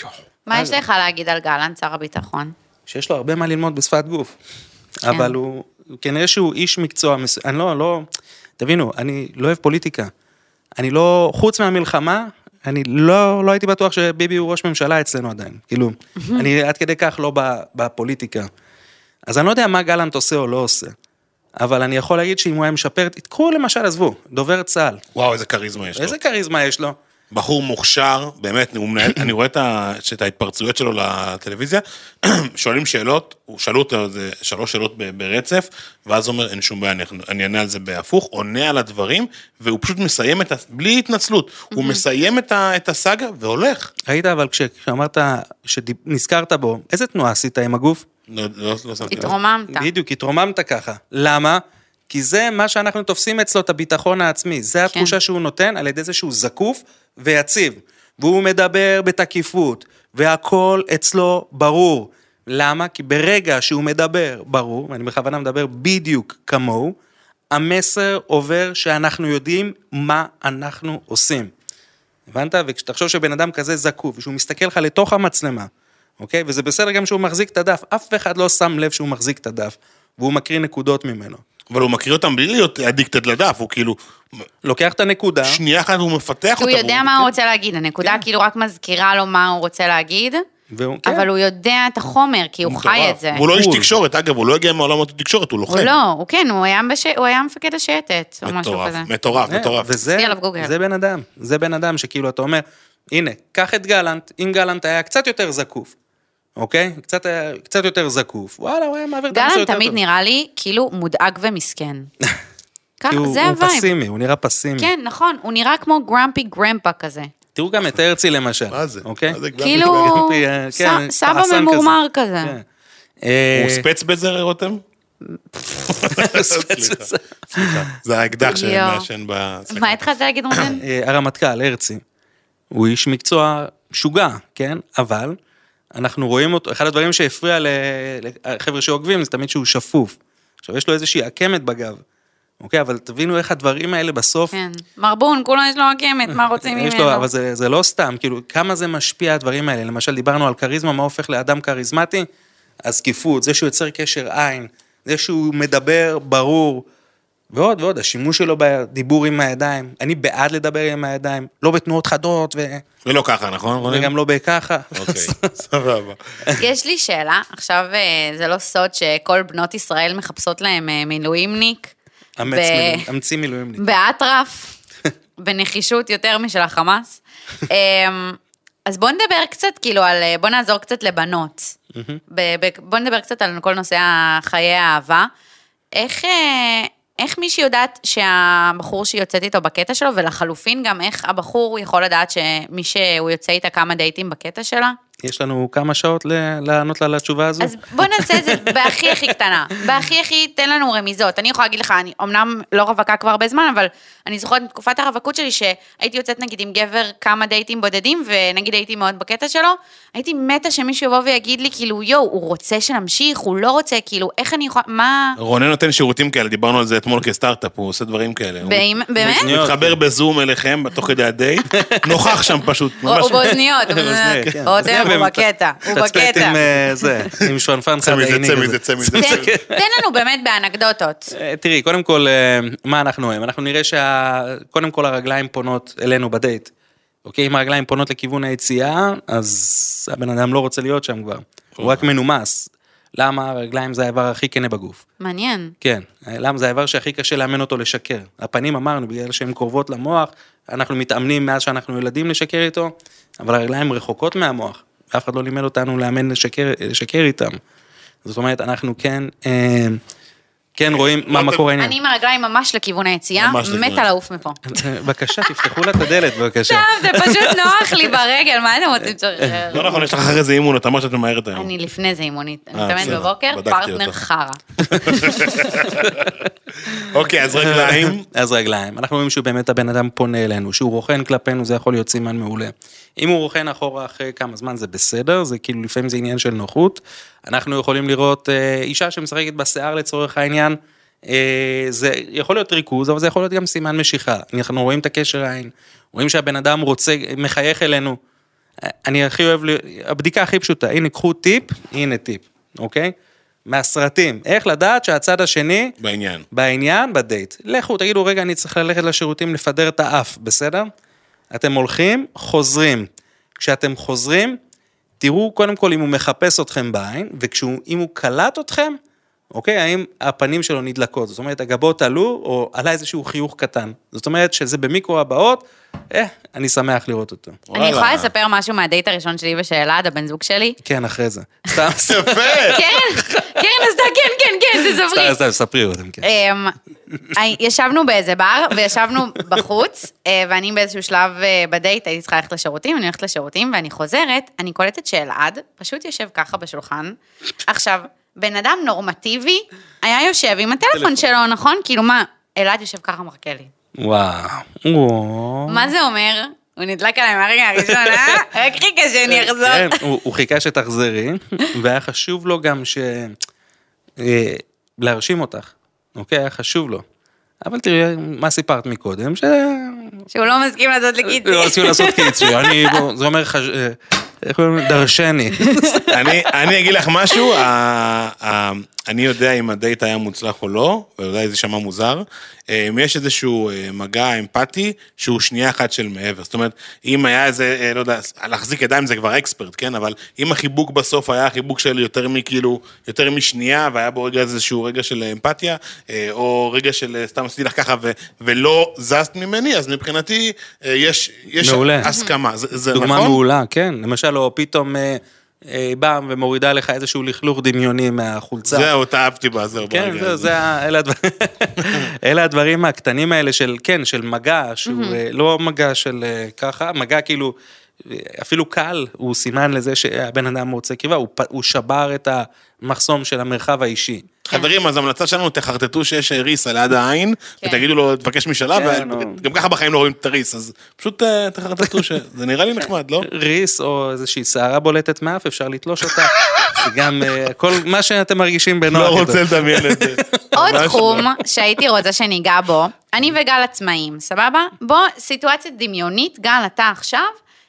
מה יש לך להגיד על גלנט, שר הביטחון? שיש לו הרבה מה ללמוד בשפת גוף. אבל הוא, כנראה שהוא איש מקצוע, מס- אני לא, לא, תבינו, אני לא אוהב פוליטיקה. אני לא, חוץ מהמלחמה, אני לא, לא הייתי בטוח שביבי הוא ראש ממשלה אצלנו עדיין. כאילו, אני עד כדי כך לא ב- בפוליטיקה. אז אני לא יודע מה גלנט עושה או לא עושה. אבל אני יכול להגיד שאם הוא היה משפר, תקחו למשל, עזבו, דובר צה"ל. וואו, איזה כריזמה יש לו. איזה כריזמה יש לו? בחור מוכשר, באמת, הוא מנהל, אני רואה את ה- את ההתפרצויות שלו לטלוויזיה, שואלים שאלות, הוא שאלו אותו איזה שלוש שאלות ב- ברצף, ואז הוא אומר, אין שום בעיה, אני- אני אענה על זה בהפוך, עונה על הדברים, והוא פשוט מסיים את ה... בלי התנצלות, הוא מסיים את ה- את הסאגה והולך. ראית אבל כש- כשאמרת, שנזכרת בו, איזה תנועה עשית עם הגוף? לא, לא, לא שמתי לב. התרוממת. בדיוק, התרוממת ככה. למה? כי זה מה שאנחנו תופסים אצלו, את הביטחון העצמי. זה התחושה שהוא נותן על ידי זה שהוא זקוף ויציב. והוא מדבר בתקיפות, והכל אצלו ברור. למה? כי ברגע שהוא מדבר ברור, ואני בכוונה מדבר בדיוק כמוהו, המסר עובר שאנחנו יודעים מה אנחנו עושים. הבנת? וכשתחשוב שבן אדם כזה זקוף, ושהוא מסתכל לך לתוך המצלמה, אוקיי? וזה בסדר גם שהוא מחזיק את הדף, אף אחד לא שם לב שהוא מחזיק את הדף, והוא מקריא נקודות ממנו. אבל הוא מקריא אותם בלי להיות אדיקטד לדף, הוא כאילו, לוקח את הנקודה, שנייה אחת הוא מפתח כי הוא אותה. יודע והוא- מה הוא רוצה להגיד, הנקודה כאילו רק מזכירה לו מה הוא רוצה להגיד, והוא, כן. אבל הוא יודע את החומר, כי הוא חי מטורף. את זה. הוא לא איש בול. תקשורת, אגב, הוא לא הגיע מעולם התקשורת, הוא לוחם. הוא לא, הוא כן, הוא היה בש- הוא היה מפקד השייטת, או משהו מטורף, כזה. מטורף, אה, מטורף. וזה, עשי עליו גוגל. זה בן אדם, זה בן אדם שכאילו אתה אומר, הנה, קח את גלנט, אם גלנט היה קצת יותר זקוף, אוקיי? קצת, היה- קצת יותר זקוף, וואלה, הוא היה מעביר את הנושא גלנט יותר תמיד טוב. נראה לי כאילו מודאג ומסכן. כי הוא, זה הוא הווייב. פסימי, הוא נראה פסימי. כן, נכון, הוא נראה כמו גרמפי גרמפה כזה. תראו גם את הרצי למשל. מה זה? אוקיי? מה זה גרמפי כאילו, גרמפי, אה, ס- כן, סבא פרסן ממורמר כזה. כן. אה, הוא ספץ בזה, רותם? סליחה, סליחה. זה האקדח יואו. שמעשן ב... סליחה. מה התחלת להגיד רונן? אה, הרמטכ"ל, הרצי, הוא איש מקצוע משוגע, כן? אבל אנחנו רואים אותו, אחד הדברים שהפריע לחבר'ה שעוקבים, זה תמיד שהוא שפוף. עכשיו, יש לו איזושהי עקמת בגב, אוקיי? אבל תבינו איך הדברים האלה בסוף, כן. מרבון, כולו יש לו עקמת, מה רוצים יש ממנו? לו, אבל זה, זה לא סתם, כאילו, כמה זה משפיע הדברים האלה. למשל, דיברנו על כריזמה, מה הופך לאדם כריזמטי? הזקיפות, זה שהוא יוצר קשר עין, זה שהוא מדבר ברור, ועוד ועוד, השימוש שלו בדיבור עם הידיים, אני בעד לדבר עם הידיים, לא בתנועות חדות, ו... ולא ככה, נכון, רונן? וגם לא בככה. אוקיי, סבבה. יש לי שאלה, עכשיו אה, זה לא סוד שכל בנות ישראל מחפשות להם אה, מילואימניק, אמץ ב- מילואים, אמצי מילואימניק. באטרף, בנחישות יותר משל החמאס. אמ, אז בוא נדבר קצת, כאילו, על, בוא נעזור קצת לבנות. ב- ב- בוא נדבר קצת על כל נושא חיי האהבה. איך, אה, איך מישהי יודעת שהבחור שהיא יוצאת איתו בקטע שלו, ולחלופין גם איך הבחור יכול לדעת שמי שהוא יוצא איתה כמה דייטים בקטע שלה? יש לנו כמה שעות ל- לענות לה לתשובה הזו? אז בוא נעשה את זה בהכי הכי קטנה. בהכי הכי, תן לנו רמיזות. אני יכולה להגיד לך, אני אמנם לא רווקה כבר הרבה זמן, אבל אני זוכרת בתקופת הרווקות שלי, שהייתי יוצאת נגיד עם גבר כמה דייטים בודדים, ונגיד הייתי מאוד בקטע שלו, הייתי מתה שמישהו יבוא ויגיד לי, כאילו, יו, הוא רוצה שנמשיך, הוא לא רוצה, כאילו, איך אני יכולה, מה... רונן נותן שירותים כאלה, דיברנו על זה אתמול כסטארט-אפ, הוא עושה דברים כאלה. הוא באמת? מתחבר בזום אליכם, תוך כדי הדייט, נוכח שם פשוט. ממש. הוא באוזניות, כן. הוא בקטע, הוא תצפת בקטע. עם אה, זה, עם שונפן צא מזה, חדייני צא כזה. מזה, צא מזה. תן תן לנו באמת באנקדוטות. אה, תראי, קודם כל, אה, מה אנחנו רואים? אנחנו נראה שקודם כל הרגליים פונות אלינו בדייט. אוקיי, אם הרגליים פונות לכיוון היציאה, אז הבן אדם לא רוצה להיות שם כבר. הוא רק מנומס. למה? הרגליים זה האיבר הכי כנה בגוף. מעניין. כן, למה? זה האיבר שהכי קשה לאמן אותו לשקר. הפנים אמרנו, בגלל שהן קרובות למוח, אנחנו מתאמנים מאז שאנחנו ילדים לשקר איתו, אבל הרגליים רחוקות מהמוח. אף אחד לא לימד אותנו לאמן לשקר, לשקר איתם. זאת אומרת, אנחנו כן, אה, כן רואים מה מקור העניין. אני עם הרגליים ממש לכיוון היציאה, ממש לכיוון. מתה לעוף מפה. בבקשה, תפתחו לה את הדלת, בבקשה. טוב, זה פשוט נוח לי ברגל, מה אתם רוצים שחרר? לא נכון, יש לך אחרי זה אימון, אתה אמרת שאת ממהרת היום. אני לפני זה אימונית, אני אה, מתאמנת בסדר, בבוקר, בדקתי פרטנר אותך. חרא. אוקיי, אז רגליים. אז רגליים, אנחנו רואים שהוא באמת הבן אדם פונה אלינו, שהוא רוכן כלפינו, זה יכול להיות סימן מעולה. אם הוא רוכן אחורה אחרי כמה זמן זה בסדר, זה כאילו לפעמים זה עניין של נוחות. אנחנו יכולים לראות אה, אישה שמשחקת בשיער לצורך העניין, אה, זה יכול להיות ריכוז, אבל זה יכול להיות גם סימן משיכה. אנחנו רואים את הקשר העין, רואים שהבן אדם רוצה, מחייך אלינו. אני הכי אוהב, הבדיקה הכי פשוטה, הנה קחו טיפ, הנה טיפ, אוקיי? מהסרטים, איך לדעת שהצד השני, בעניין. בעניין, בדייט. לכו, תגידו, רגע, אני צריך ללכת לשירותים, לפדר את האף, בסדר? אתם הולכים, חוזרים. כשאתם חוזרים, תראו קודם כל אם הוא מחפש אתכם בעין, ואם הוא קלט אתכם, אוקיי, האם הפנים שלו נדלקות, זאת אומרת, הגבות עלו, או עלה איזשהו חיוך קטן. זאת אומרת, שזה במיקרו הבאות, אה, אני שמח לראות אותו. אני יכולה לספר משהו מהדייט הראשון שלי ושל אלעד, הבן זוג שלי? כן, אחרי זה. סתם, יפה. כן, כן, אז כן, כן, כן, תספרי. סתם, סתם, ספרי אותם, כן. אמ, ישבנו באיזה בר, וישבנו בחוץ, אה, ואני באיזשהו שלב אה, בדייט, הייתי צריכה ללכת לשירותים, אני הולכת לשירותים, ואני חוזרת, אני קולטת שאלעד, פשוט יושב ככה בשולחן. עכשיו, בן אדם נורמטיבי, היה יושב עם הטלפון שלו, נכון? כאילו מה, אלעד יושב ככה מחכה לי. וואו, וואו. מה זה אומר? הוא נדלק עליי מהרגע הראשון, אה? רק חיכה שאני אחזור. כן, הוא הוא חיכה שתחזרי, והיה חשוב לו גם ש... אה, להרשים אותך, אוקיי? היה חשוב לו. אבל תראי, מה סיפרת מקודם? ש... שהוא לא מסכים לעשות לקיצי. לא רציתי לעשות קיצי, אני, בוא, זה אומר, חש... אה, איך אומרים? דרשני. אני, אני אגיד לך משהו, ה, ה, אני יודע אם הדייט היה מוצלח או לא, ואולי זה שמע מוזר, אם יש איזשהו מגע אמפתי, שהוא שנייה אחת של מעבר, זאת אומרת, אם היה איזה, לא יודע, להחזיק ידיים זה כבר אקספרט, כן, אבל אם החיבוק בסוף היה חיבוק של יותר מכאילו, יותר משנייה, והיה בו רגע איזשהו רגע של אמפתיה, או רגע של סתם עשיתי לך ככה, ו, ולא זזת ממני, אז מבחינתי, יש, יש הסכמה, זה, זה דוגמה נכון? מעולה, כן, למשל, או פתאום... באה ומורידה לך איזשהו לכלוך דמיוני מהחולצה. זהו, תאהבתי בה, זהו. כן, זהו, זה, אלה הדברים, אלה הדברים הקטנים האלה של, כן, של מגע, שהוא לא מגע של ככה, מגע כאילו, אפילו קל, הוא סימן לזה שהבן אדם רוצה קרבה, הוא, הוא שבר את המחסום של המרחב האישי. חברים, אז המלצה שלנו, תחרטטו שיש ריס על יד העין, ותגידו לו, תבקש משלב, וגם ככה בחיים לא רואים את הריס, אז פשוט תחרטטו שזה נראה לי נחמד, לא? ריס או איזושהי שערה בולטת מאף, אפשר לתלוש אותה, זה גם כל מה שאתם מרגישים בנוח. לא רוצה לדמיין את זה. עוד תחום שהייתי רוצה שניגע בו, אני וגל עצמאים, סבבה? בוא, סיטואציה דמיונית, גל, אתה עכשיו,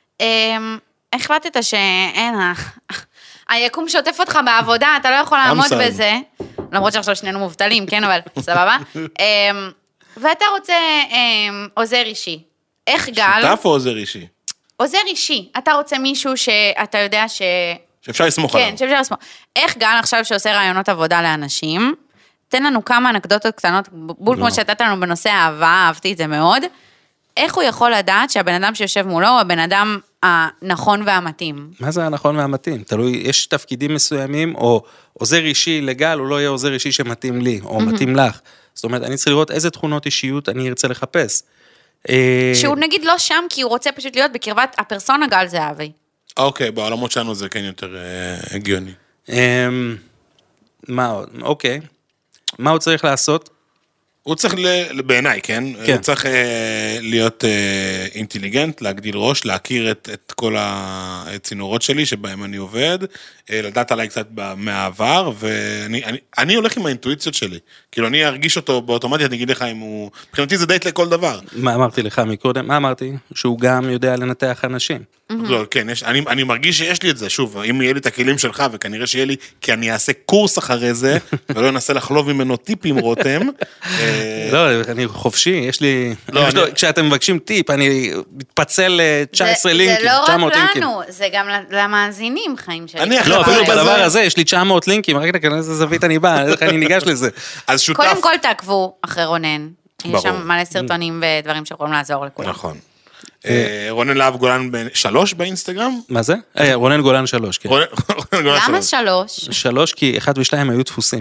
החלטת שאין, היקום שוטף אותך בעבודה, אתה לא יכול לעמוד בזה, למרות שעכשיו שנינו מובטלים, כן, אבל סבבה? ואתה רוצה עוזר אישי. איך גל? שותף או עוזר אישי? עוזר אישי. אתה רוצה מישהו שאתה יודע ש... שאפשר לסמוך עליו. כן, שאפשר לסמוך. איך גל עכשיו שעושה רעיונות עבודה לאנשים, תן לנו כמה אנקדוטות קטנות, בול כמו שנתת לנו בנושא אהבה, אהבתי את זה מאוד, איך הוא יכול לדעת שהבן אדם שיושב מולו הוא הבן אדם הנכון והמתאים? מה זה הנכון והמתאים? תלוי, יש תפקידים מסוימים, או עוזר אישי לגל, הוא לא יהיה עוזר אישי שמתאים לי, או מתאים לך. זאת אומרת, אני צריך לראות איזה תכונות אישיות אני ארצה לחפש. שהוא נגיד לא שם, כי הוא רוצה פשוט להיות בקרבת הפרסונה גל זהבי. אוקיי, בעולמות שלנו זה כן יותר אה, הגיוני. אמ, מה עוד? אוקיי. מה הוא צריך לעשות? הוא צריך, ל- בעיניי, כן? כן. הוא צריך אה, להיות אה, אינטליגנט, להגדיל ראש, להכיר את, את כל הצינורות שלי שבהם אני עובד, אה, לדעת עליי קצת ב- מהעבר, ואני אני, אני הולך עם האינטואיציות שלי. כאילו, אני ארגיש אותו באוטומטית, אני אגיד לך אם הוא... מבחינתי זה דייט לכל דבר. מה אמרתי לך מקודם? מה אמרתי? שהוא גם יודע לנתח אנשים. לא, כן, יש, אני, אני מרגיש שיש לי את זה, שוב, אם יהיה לי את הכלים שלך, וכנראה שיהיה לי, כי אני אעשה קורס אחרי זה, ולא אנסה לחלוב ממנו טיפים רותם. אה, לא, אני חופשי, יש לי... לא, יש לו- אני- כשאתם מבקשים טיפ, אני מתפצל ל-תשע עשרה זה- לינקים, זה לא תשע מאות רק לינקים. לנו, זה גם למאזינים חיים שלי. אני אחרי לא, אפילו הפרק הזה- בדבר הזה יש לי תשע מאות לינקים, רק תכנס איזה זווית אני בא, איך אני ניגש לזה. אז שותף... קודם כל תעקבו אחרי רונן. יש ברור. שם מלא סרטונים ודברים שיכולים לעזור לכולם. נכון. אה, רונן להב גולן בן- שלוש באינסטגרם? מה זה? אה, רונן גולן שלוש, כן. רונן רונן גולן למה שלוש. שלוש? שלוש, כי אחד ושתיים היו דפוסים.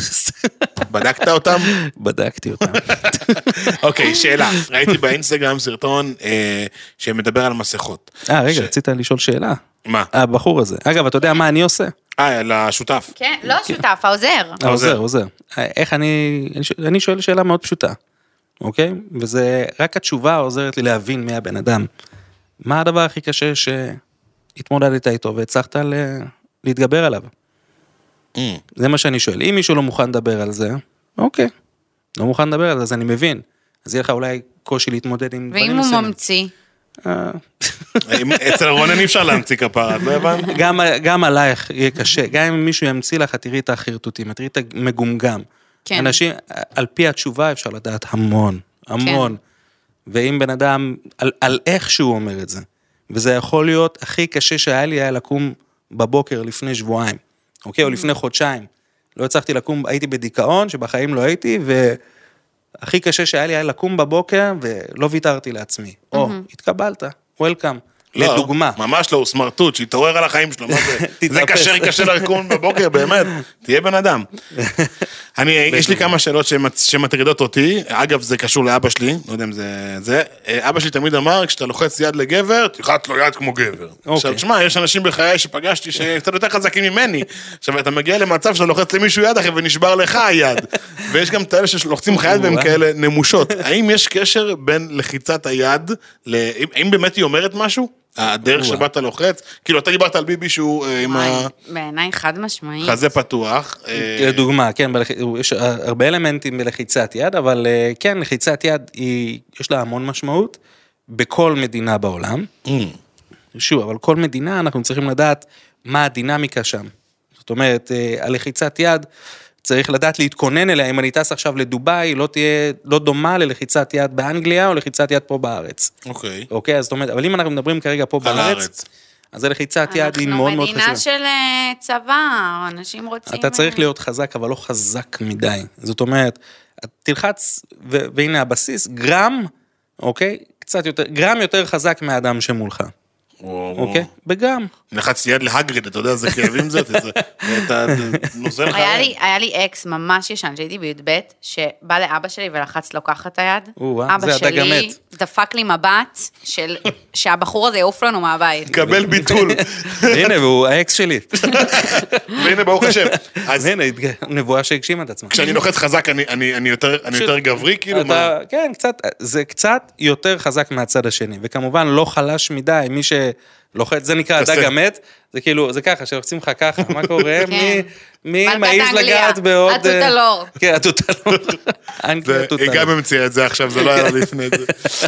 בדקת אותם? בדקתי אותם. אוקיי, שאלה. ראיתי באינסטגרם סרטון אה, שמדבר על מסכות. אה, רגע, ש- רצית לשאול שאלה. מה? הבחור הזה. אגב, אתה יודע מה אני עושה? אה, לשותף. כן, לא שותף, העוזר. העוזר, עוזר. איך אני, אני ש- אני שואל שאלה מאוד פשוטה, אוקיי? וזה, רק התשובה עוזרת לי להבין מי הבן אדם. מה הדבר הכי קשה שהתמודדת איתו והצלחת ל- להתגבר עליו? Mm. זה מה שאני שואל. אם מישהו לא מוכן לדבר על זה, אוקיי. לא מוכן לדבר על זה, אז אני מבין. אז יהיה לך אולי קושי להתמודד עם דברים ואם הוא מסוימים. ממציא? אה, אם- אצל רונן אי אפשר להמציא כפרה, את לא הבנת? גם, גם עלייך יהיה קשה, גם אם מישהו ימציא לך, תראי את החרטוטים, תראי את המגומגם. כן. אנשים, על פי התשובה אפשר לדעת המון, המון. ואם בן אדם, על, על איך שהוא אומר את זה, וזה יכול להיות הכי קשה שהיה לי, היה לקום בבוקר לפני שבועיים, אוקיי? או לפני חודשיים. לא הצלחתי לקום, הייתי בדיכאון, שבחיים לא הייתי, והכי קשה שהיה לי היה לקום בבוקר, ולא ויתרתי לעצמי. או, התקבלת, וולקאם. לדוגמה. לא, ממש לא, הוא סמרטוט, שיתעורר על החיים שלו, מה זה? זה תתאפס. קשה, קשה לקום בבוקר, באמת, תהיה בן אדם. אני, יש לי כמה שאלות שמת- שמטרידות אותי, אגב, זה קשור לאבא שלי, לא יודע אם זה זה, אבא שלי תמיד אמר, כשאתה לוחץ יד לגבר, תלחץ לו יד כמו גבר. עכשיו, תשמע, יש אנשים בחיי שפגשתי שקצת יותר חזקים ממני, עכשיו, אתה מגיע למצב שאתה לוחץ למישהו יד אחי, ונשבר לך היד, ויש גם את האלה שלוחצים לך יד והם כאלה נמושות. האם יש קשר בין לחיצת היד, ל- האם- האם באמת היא אומרת משהו? הדרך שבה אתה לוחץ, כאילו אתה דיברת על ביבי שהוא אה, עם וואי, בעיניי חד משמעית. החזה פתוח, אה, לדוגמה, כן, בלח... יש הרבה אלמנטים בלחיצת יד, אבל אה, כן, לחיצת יד, היא... יש לה המון משמעות בכל מדינה בעולם. שוב, אבל כל מדינה אנחנו צריכים לדעת מה הדינמיקה שם. זאת אומרת, אה, הלחיצת יד, צריך לדעת להתכונן אליה, אם אני טס עכשיו לדובאי, לא תהיה, לא דומה ללחיצת יד באנגליה, או לחיצת יד פה בארץ. אוקיי. אוקיי, אז זאת אומרת, אבל אם אנחנו מדברים כרגע פה על בארץ, הארץ. אז הלחיצת יד היא מאוד מאוד חשובה. אנחנו מדינה של אה, צבא, אנשים רוצים... אתה צריך אה, להיות חזק, אבל לא חזק מדי. זאת אומרת, תלחץ, ו- והנה הבסיס, גרם, אוקיי? קצת יותר, גרם יותר חזק מהאדם שמולך, אוקיי? בגרם. לחצתי יד להגריד, אתה יודע איזה כאבים זה, זה- אתה נוזל לך. היה לי, היה לי אקס ממש ישן, שהייתי בי"ב, שבא לאבא שלי ולחץ לו ככה את היד. או-אה, אבא זה הדג שלי המת. דפק לי מבט של שהבחור הזה יעוף לנו מהבית. קבל ביטול. הנה, והוא האקס שלי. והנה ברוך השם. אז הנה, נבואה שהגשימה את עצמה. כשאני לוחץ חזק, אני- אני אני יותר אני יותר גברי, כאילו מה? אתה, כן, קצת, זה קצת יותר חזק מהצד השני, וכמובן לא חלש מדי, מי שלוחץ, זה נקרא תעשה. הדג המת, זה כאילו, זה ככה, שלוחצים לך ככה, מה קורה? מי, מי מלכת מעז אנגליה, לגעת בעוד... התותלור. כן, התותלור. אנגליה זה- התותלור. היא גם המציאה את זה עכשיו, זה לא היה לפני זה.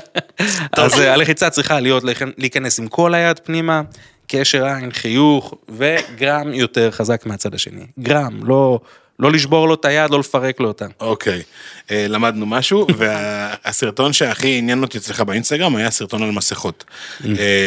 אז אה, הלחיצה צריכה להיות, להיכנס עם כל היד פנימה, קשר עין, חיוך, וגרם יותר חזק מהצד השני. גרם, לא... לא לשבור לו את היד, לא לפרק לו אותה. אוקיי, אה, למדנו משהו, והסרטון שהכי עניין אותי אצלך באינסטגרם היה סרטון על מסכות. אה,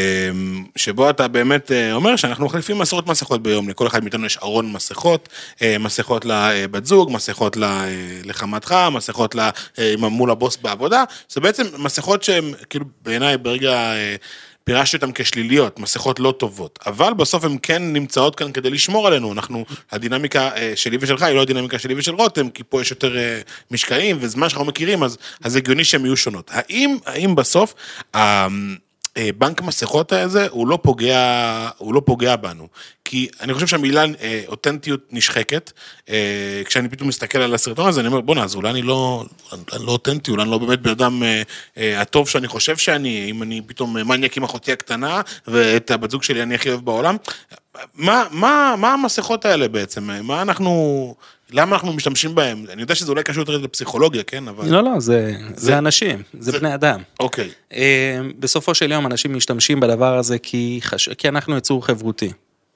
שבו אתה באמת אה, אומר שאנחנו מחליפים עשרות מסכות ביום, לכל אחד מאיתנו יש ארון מסכות, אה, מסכות לבת זוג, מסכות ל- אה, לחמתך, מסכות ל- אה, מול הבוס בעבודה, זה בעצם מסכות שהן, כאילו בעיניי ברגע... אה, פירשתי אותן כשליליות, מסכות לא טובות, אבל בסוף הן כן נמצאות כאן כדי לשמור עלינו, אנחנו, הדינמיקה אה, שלי ושלך היא לא הדינמיקה שלי ושל רותם, כי פה יש יותר אה, משקעים וזמן שאנחנו מכירים, אז, אז הגיוני שהן יהיו שונות. האם, האם בסוף, אה, בנק מסכות הזה, הוא לא פוגע, הוא לא פוגע בנו. כי אני חושב שהמילה אותנטיות נשחקת, כשאני פתאום מסתכל על הסרטון הזה, אני אומר, בוא נעז, אולי אני לא, אני לא אותנטי, אולי אני לא באמת באדם הטוב שאני חושב שאני, אם אני פתאום מניאק עם אחותי הקטנה, ואת הבת זוג שלי אני הכי אוהב בעולם. מה, מה, מה המסכות האלה בעצם? מה אנחנו, למה אנחנו משתמשים בהם? אני יודע שזה אולי קשור יותר לפסיכולוגיה, כן? אבל... לא, לא, זה, זה, זה אנשים, זה, זה בני אדם. אוקיי. בסופו של יום אנשים משתמשים בדבר הזה כי, חש... כי אנחנו יצור חברותי.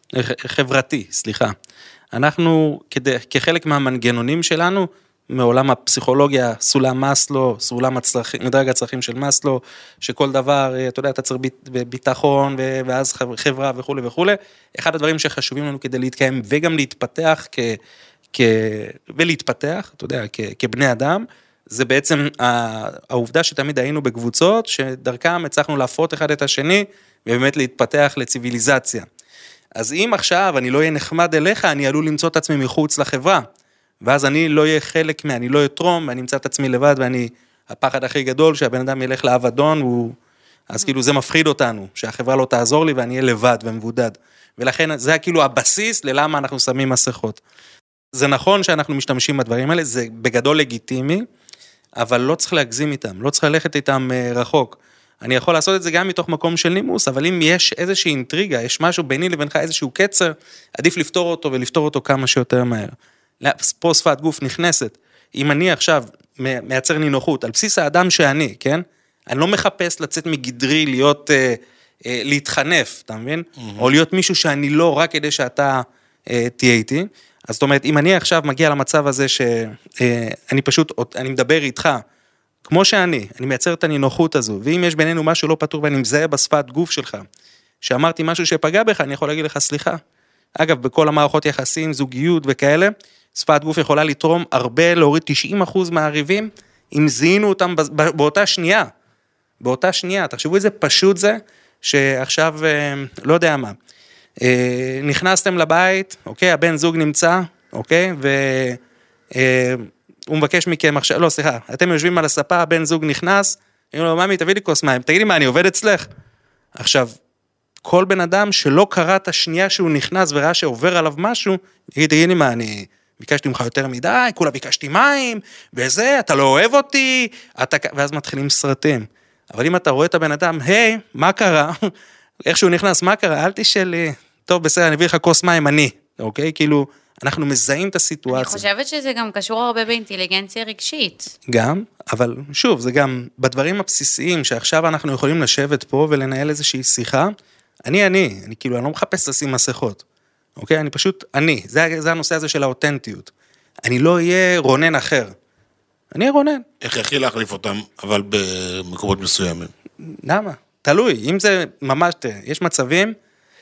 חברתי, סליחה. אנחנו, כדי, כחלק מהמנגנונים שלנו, מעולם הפסיכולוגיה, סולם מסלו, סולם הצרכים, מדרג הצרכים של מסלו, שכל דבר, אתה יודע, אתה צריך ביטחון, ואז חברה וכו' וכו'. אחד הדברים שחשובים לנו כדי להתקיים, וגם להתפתח, כ, כ, ולהתפתח, אתה יודע, כ, כבני אדם, זה בעצם העובדה שתמיד היינו בקבוצות, שדרכם הצלחנו להפרות אחד את השני, ובאמת להתפתח לציביליזציה. אז אם עכשיו אני לא אהיה נחמד אליך, אני עלול למצוא את עצמי מחוץ לחברה, ואז אני לא אהיה חלק מה, אני לא אתרום, ואני אמצא את עצמי לבד, ואני, הפחד הכי גדול, שהבן אדם ילך לעבדון, הוא, אז כאילו זה מפחיד אותנו, שהחברה לא תעזור לי, ואני אהיה לבד ומבודד. ולכן זה כאילו הבסיס ללמה אנחנו שמים מסכות. זה נכון שאנחנו משתמשים בדברים האלה, זה בגדול לגיטימי, אבל לא צריך להגזים איתם, לא צריך ללכת איתם רחוק. אני יכול לעשות את זה גם מתוך מקום של נימוס, אבל אם יש איזושהי אינטריגה, יש משהו ביני לבינך, איזשהו קצר, עדיף לפתור אותו ולפתור אותו כמה שיותר מהר. פה שפת גוף נכנסת. אם אני עכשיו מייצר נינוחות, על בסיס האדם שאני, כן? אני לא מחפש לצאת מגדרי, להיות, אה, אה, להתחנף, אתה מבין? Mm-hmm. או להיות מישהו שאני לא, רק כדי שאתה אה, תהיה איתי. אז זאת אומרת, אם אני עכשיו מגיע למצב הזה שאני פשוט, אני מדבר איתך, כמו שאני, אני מייצר את הנינוחות הזו, ואם יש בינינו משהו לא פתור, ואני מזהה בשפת גוף שלך, שאמרתי משהו שפגע בך, אני יכול להגיד לך סליחה. אגב, בכל המערכות יחסים, זוגיות וכאלה, שפת גוף יכולה לתרום הרבה, להוריד תשעים אחוז מהריבים, אם זיהינו אותם באותה שנייה. באותה שנייה, תחשבו איזה פשוט זה, שעכשיו, לא יודע מה, נכנסתם לבית, אוקיי, הבן זוג נמצא, אוקיי, והוא מבקש מכם עכשיו, לא, סליחה, אתם יושבים על הספה, הבן זוג נכנס, אומרים לו, ממי, תביא לי כוס מים, תגידי מה, אני עובד אצלך? עכשיו, כל בן אדם שלא קרא את השנייה שהוא נכנס וראה שעובר עליו משהו, תגיד, תגיד לי מה, אני ביקשתי ממך יותר מדי, כולה ביקשתי מים, וזה, אתה לא אוהב אותי, אתה... ואז מתחילים סרטים. אבל אם אתה רואה את הבן אדם, היי, מה קרה? איך שהוא נכנס, מה קרה? אל תשאל לי, טוב, בסדר, אני אביא לך כוס מים, אני, אוקיי? כאילו, אנחנו מזהים את הסיטואציה. אני חושבת שזה גם קשור הרבה באינטליגנציה רגשית. גם, אבל שוב, זה גם בדברים הבסיסיים, שעכשיו אנחנו יכולים לשבת פה ולנהל איזושהי שיחה, אני, אני, אני כאילו, אני לא מחפש לשים מסכות, אוקיי? אני פשוט, אני, זה, זה הנושא הזה של האותנטיות. אני לא אהיה רונן אחר. אני אהיה רונן. הכרחי להחליף אותם, אבל במקומות מסוימים. למה? תלוי, אם זה ממש, יש מצבים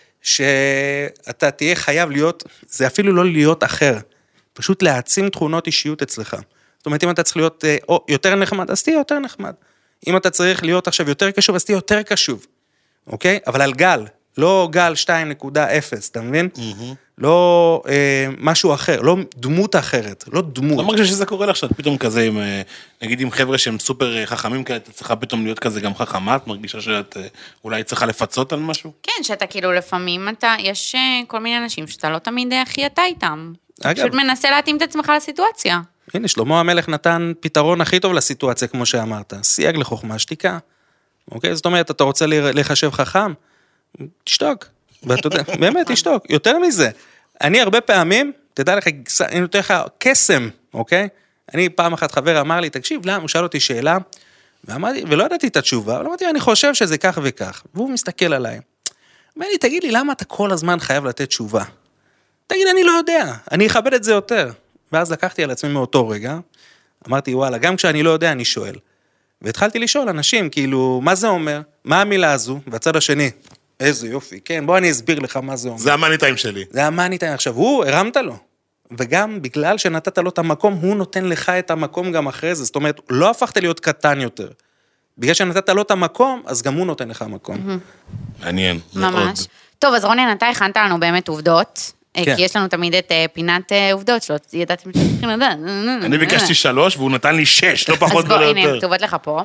שאתה תהיה חייב להיות, זה אפילו לא להיות אחר, פשוט להעצים תכונות אישיות אצלך. זאת אומרת, אם אתה צריך להיות או, יותר נחמד, אז תהיה יותר נחמד. אם אתה צריך להיות עכשיו יותר קשוב, אז תהיה יותר קשוב. אוקיי? אבל על גל, לא גל שתיים נקודה אפס, אתה מבין? Mm-hmm. לא אה, משהו אחר, לא דמות אחרת, לא דמות. לא מרגיש שזה קורה לך, שאת פתאום כזה, עם, נגיד עם חבר'ה שהם סופר חכמים כאלה, אתה צריכה פתאום להיות כזה גם חכמה, את מרגישה שאת אולי צריכה לפצות על משהו? כן, שאתה כאילו לפעמים אתה, יש כל מיני אנשים שאתה לא תמיד הכי אתה איתם. אגב. פשוט מנסה להתאים את עצמך לסיטואציה. הנה, שלמה המלך נתן פתרון הכי טוב לסיטואציה, כמו שאמרת, סייג לחוכמה שתיקה. אוקיי? זאת אומרת, אתה רוצה לחשב חכם? תשתוק. ואתה יודע, באמת, תשתוק. יותר מזה. אני הרבה פעמים, תדע לך, אני נותן לך קסם, אוקיי? אני פעם אחת חבר אמר לי, תקשיב, למה? הוא שאל אותי שאלה, ואמרתי, ולא ידעתי את התשובה, אבל אמרתי, אני חושב שזה כך וכך. והוא מסתכל עליי. אומר לי, תגיד לי, למה אתה כל הזמן חייב לתת תשובה? תגיד, אני לא יודע, אני אכבד את זה יותר. ואז לקחתי על עצמי מאותו רגע, אמרתי, וואלה, גם כשאני לא יודע, אני שואל. והתחלתי לשאול אנשים, כאילו, מה זה אומר? מה המילה הזו? והצד השני, איזה יופי, כן, בוא אני אסביר לך מה זה אומר. זה המאני טיים שלי. זה המאני טיים. עכשיו, הוא, הרמת לו. וגם בגלל שנתת לו את המקום, הוא נותן לך את המקום גם אחרי זה. זאת אומרת, לא הפכת להיות קטן יותר. בגלל שנתת לו את המקום, אז גם הוא נותן לך מקום. מעניין, מאוד. ממש. טוב, אז רונן, אתה הכנת לנו באמת עובדות. כי יש לנו תמיד את פינת עובדות שלו, ידעתם שצריכים לדעת. אני ביקשתי שלוש, והוא נתן לי שש, לא פחות ולא יותר. אז בוא, הנה, כתובות לך פה.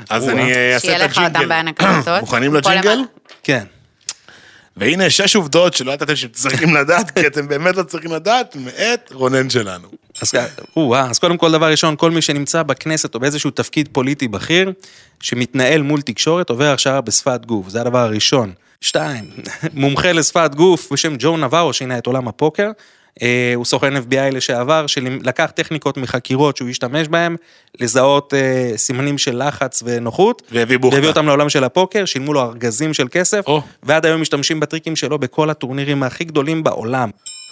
אז אני אעשה שיהיה את לך אותם הג'ינגל. באנקדוטות. מוכנים כל לג'ינגל? המ- כן. והנה שש עובדות שלא ידעתם שאתם צריכים לדעת, כי אתם באמת לא צריכים לדעת, מאת רונן שלנו. אז, או, אז קודם כל דבר ראשון, כל מי שנמצא בכנסת או באיזשהו תפקיד פוליטי בכיר, שמתנהל מול תקשורת, עובר הכשרה בשפת גוף, זה הדבר הראשון. שתיים, מומחה לשפת גוף בשם ג'ו נבארו, שהנה את עולם הפוקר, הוא סוכן אף בי איי לשעבר, שלקח טכניקות מחקירות שהוא השתמש בהן, לזהות סימנים של לחץ ונוחות, והביא בוכתה. והביא אותם לעולם של הפוקר, שילמו לו ארגזים של כסף, או. ועד היום משתמשים בטריקים שלו בכל הטורנירים הכי גדולים בעולם.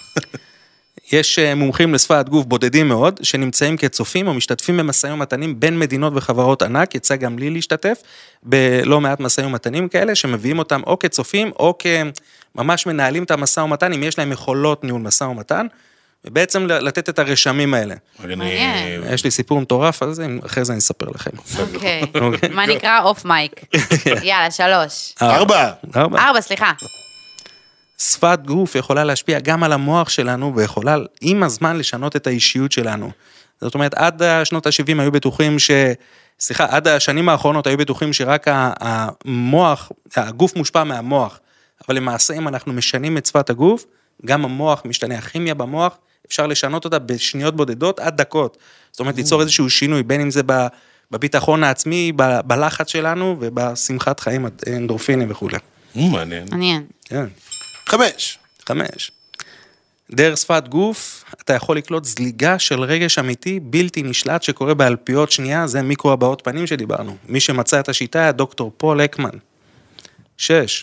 יש מומחים לשפת גוף בודדים מאוד, שנמצאים כצופים או משתתפים במשאים ומתנים בין מדינות וחברות ענק, יצא גם לי להשתתף, בלא מעט משאים ומתנים כאלה, שמביאים אותם או כצופים, או כממש מנהלים את המשא ומתן, אם יש להם יכולות ניהול משא ומתן, ובעצם לתת את הרשמים האלה. מעניין. יש לי סיפור מטורף על זה, אחרי זה אני אספר לכם. אוקיי. מה נקרא אוף מייק? יאללה, שלוש. ארבע. ארבע. ארבע, סליחה. שפת גוף יכולה להשפיע גם על המוח שלנו, ויכולה עם הזמן לשנות את האישיות שלנו. זאת אומרת, עד השנות ה-שבעים היו בטוחים ש... סליחה, עד השנים האחרונות היו בטוחים שרק המוח, הגוף מושפע מהמוח, אבל למעשה אם אנחנו משנים את שפת הגוף, גם המוח משתנה, הכימיה במוח, אפשר לשנות אותה בשניות בודדות עד דקות. זאת אומרת, ליצור איזשהו שינוי, בין אם זה בביטחון העצמי, בלחץ שלנו, ובשמחת חיים, אנדורפינים וכו'. מעניין. מעניין. כן. חמש. חמש. דרך שפת גוף, אתה יכול לקלוט זליגה של רגש אמיתי, בלתי נשלט, שקורה באלפיות שנייה, זה מיקרו הבעות פנים שדיברנו. מי שמצא את השיטה היה דוקטור פול אקמן. שש.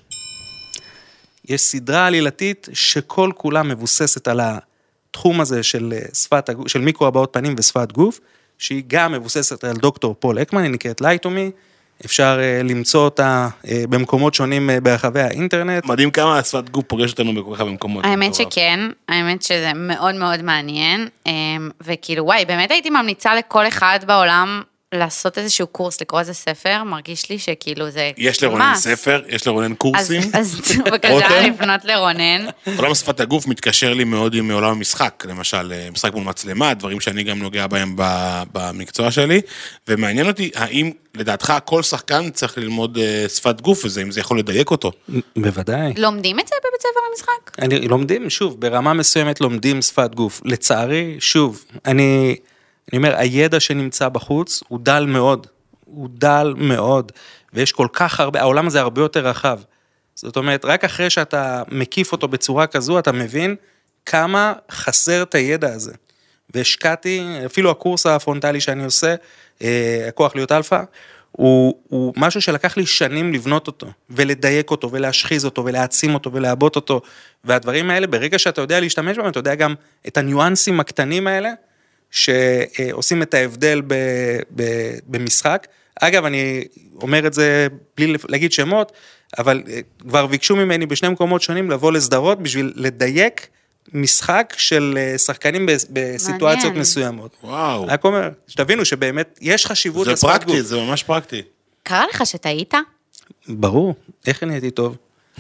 יש סדרה עלילתית שכל כולה מבוססת על התחום הזה של, שפת, של מיקרו הבעות פנים ושפת גוף, שהיא גם מבוססת על דוקטור פול אקמן, היא נקראת לייטומי, אפשר למצוא אותה במקומות שונים ברחבי האינטרנט. מדהים כמה השפת גוף פוגש אותנו בכל כך במקומות. האמת שכן, האמת שזה מאוד מאוד מעניין, וכאילו וואי, באמת הייתי ממליצה לכל אחד בעולם לעשות איזשהו קורס, לקרוא איזה ספר, מרגיש לי שכאילו זה... יש לרונן ספר, יש לרונן קורסים. אז בבקשה לפנות לרונן. עולם שפת הגוף מתקשר לי מאוד עם עולם המשחק, למשל, משחק מול מצלמה, דברים שאני גם נוגע בהם במקצוע שלי, ומעניין אותי, האם לדעתך כל שחקן צריך ללמוד שפת גוף וזה, אם זה יכול לדייק אותו? בוודאי. לומדים את זה בבית ספר למשחק? אני, לומדים, שוב, ברמה מסוימת לומדים שפת גוף. לצערי, שוב, אני... אני אומר, הידע שנמצא בחוץ הוא דל מאוד, הוא דל מאוד, ויש כל כך הרבה, העולם הזה הרבה יותר רחב. זאת אומרת, רק אחרי שאתה מקיף אותו בצורה כזו, אתה מבין כמה חסר את הידע הזה. והשקעתי, אפילו הקורס הפרונטלי שאני עושה, הכוח להיות אלפא, הוא, הוא משהו שלקח לי שנים לבנות אותו, ולדייק אותו, ולהשחיז אותו, ולהעצים אותו, ולעבוד אותו, והדברים האלה, ברגע שאתה יודע להשתמש בהם, אתה יודע גם את הניואנסים הקטנים האלה, שעושים את ההבדל ב, ב, במשחק. אגב, אני אומר את זה בלי להגיד שמות, אבל כבר ביקשו ממני בשני מקומות שונים לבוא לסדרות, בשביל לדייק משחק של שחקנים בסיטואציות מעניין. מסוימות. וואו. רק אומר, שתבינו שבאמת יש חשיבות לשפת גוף. זה פרקטי, זה ממש פרקטי. קרה לך שטעית? ברור, איך אני הייתי טוב?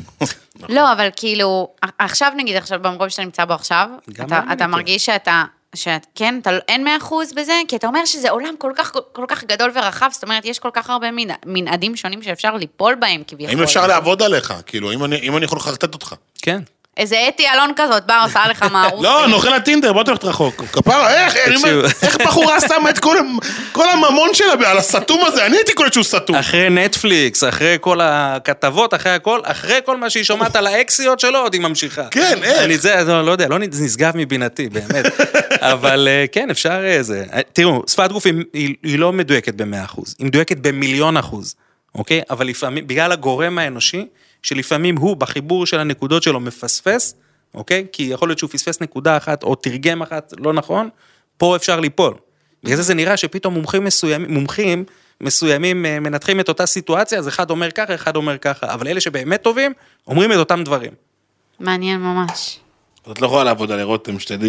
לא, אבל כאילו, עכשיו נגיד, עכשיו במקום שאתה נמצא בו עכשיו, אתה, אתה מרגיש שאתה... שאת, כן, אתה, אין מאה אחוז בזה, כי אתה אומר שזה עולם כל כך, כל כך גדול ורחב, זאת אומרת, יש כל כך הרבה מנעדים שונים שאפשר ליפול בהם, כביכול. האם אפשר לעבוד עליך? כאילו, אם אני, אם אני יכול לחרטט אותך. כן. איזה אתי אלון כזאת, באה, עושה לך מערוף. לא, נוכל הטינדר, בוא תלכת רחוק. כפרה, איך, איך בחורה שמה את כל הממון שלה על הסתום הזה? אני הייתי קולט שהוא סתום. אחרי נטפליקס, אחרי כל הכתבות, אחרי הכל, אחרי כל מה שהיא שומעת על האקסיות שלו, עוד היא ממשיכה. כן, איך? אני זה, לא יודע, לא נשגב מבינתי, באמת. אבל כן, אפשר זה. תראו, שפת גוף היא לא מדויקת ב-מאה אחוז, היא מדויקת במיליון אחוז, אוקיי? אבל לפעמים, בגלל הגורם האנושי, שלפעמים הוא בחיבור של הנקודות שלו מפספס, אוקיי? כי יכול להיות שהוא פספס נקודה אחת, או תרגם אחת לא נכון, פה אפשר ליפול. בגלל זה זה נראה שפתאום מומחים מסוימים, מומחים מסוימים מנתחים את אותה סיטואציה, אז אחד אומר ככה, אחד אומר ככה, אבל אלה שבאמת טובים, אומרים את אותם דברים. מעניין ממש. את לא יכולה לעבוד על רותם, שתדעי.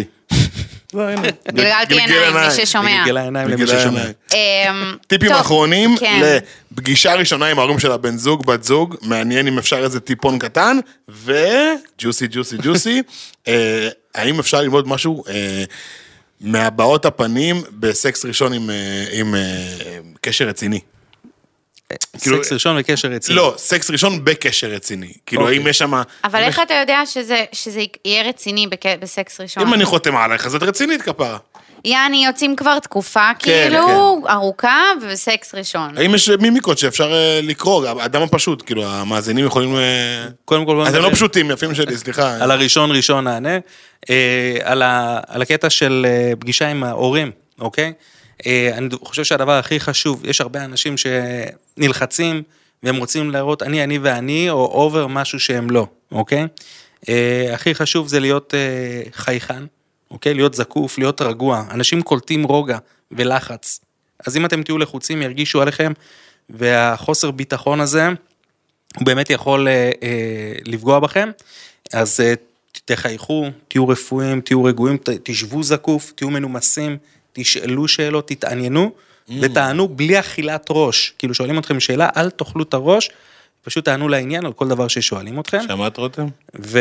גלגלתי עיניים, מי ששומע. גלגל העיניים למי ששומע. טיפים אחרונים לפגישה ראשונה עם ההורים של הבן זוג, בת זוג, מעניין אם אפשר איזה טיפון קטן, וג'וסי, ג'וסי, ג'וסי, האם אפשר ללמוד משהו מהבעות הפנים בסקס ראשון עם קשר רציני? כאילו- סקס ראשון וקשר רציני. לא, סקס ראשון בקשר רציני. כאילו, אוקיי. האם יש שם... אבל איך אתה יודע שזה, שזה יהיה רציני בק- בסקס ראשון? אם אני חותם עליך, אז את רצינית כפרה. יעני, יוצאים כבר תקופה, כן, כאילו, ארוכה, וסקס ראשון. האם יש מימיקות שאפשר אה, לקרוא, האדם הפשוט, כאילו, המאזינים יכולים... אה, קודם כל, בוא אתם לא נדבר פשוטים, יפים שלי, סליחה. על הראשון ראשון נענה, אה, על ה- על הקטע של אה, פגישה עם ההורים, אוקיי? אה, אני חושב שהדבר הכי חשוב, יש הרבה אנשים שנלחצים, והם רוצים להראות אני, אני ואני, או אובר משהו שהם לא, אוקיי? אה, הכי חשוב זה להיות אה, חייכן, אוקיי? להיות זקוף, להיות רגוע. אנשים קולטים רוגע ולחץ. אז אם אתם תהיו לחוצים, ירגישו עליכם, והחוסר ביטחון הזה, הוא באמת יכול אה, אה, לפגוע בכם, אז אה, תחייכו, תהיו רפואיים, תהיו רגועים, ת, תשבו זקוף, תהיו מנומסים, תשאלו שאלות, תתעניינו, mm. ותענו בלי אכילת ראש. כאילו שואלים אתכם שאלה, אל תאכלו את הראש, פשוט תענו לעניין על כל דבר ששואלים אתכם. שמעת רותם? ו...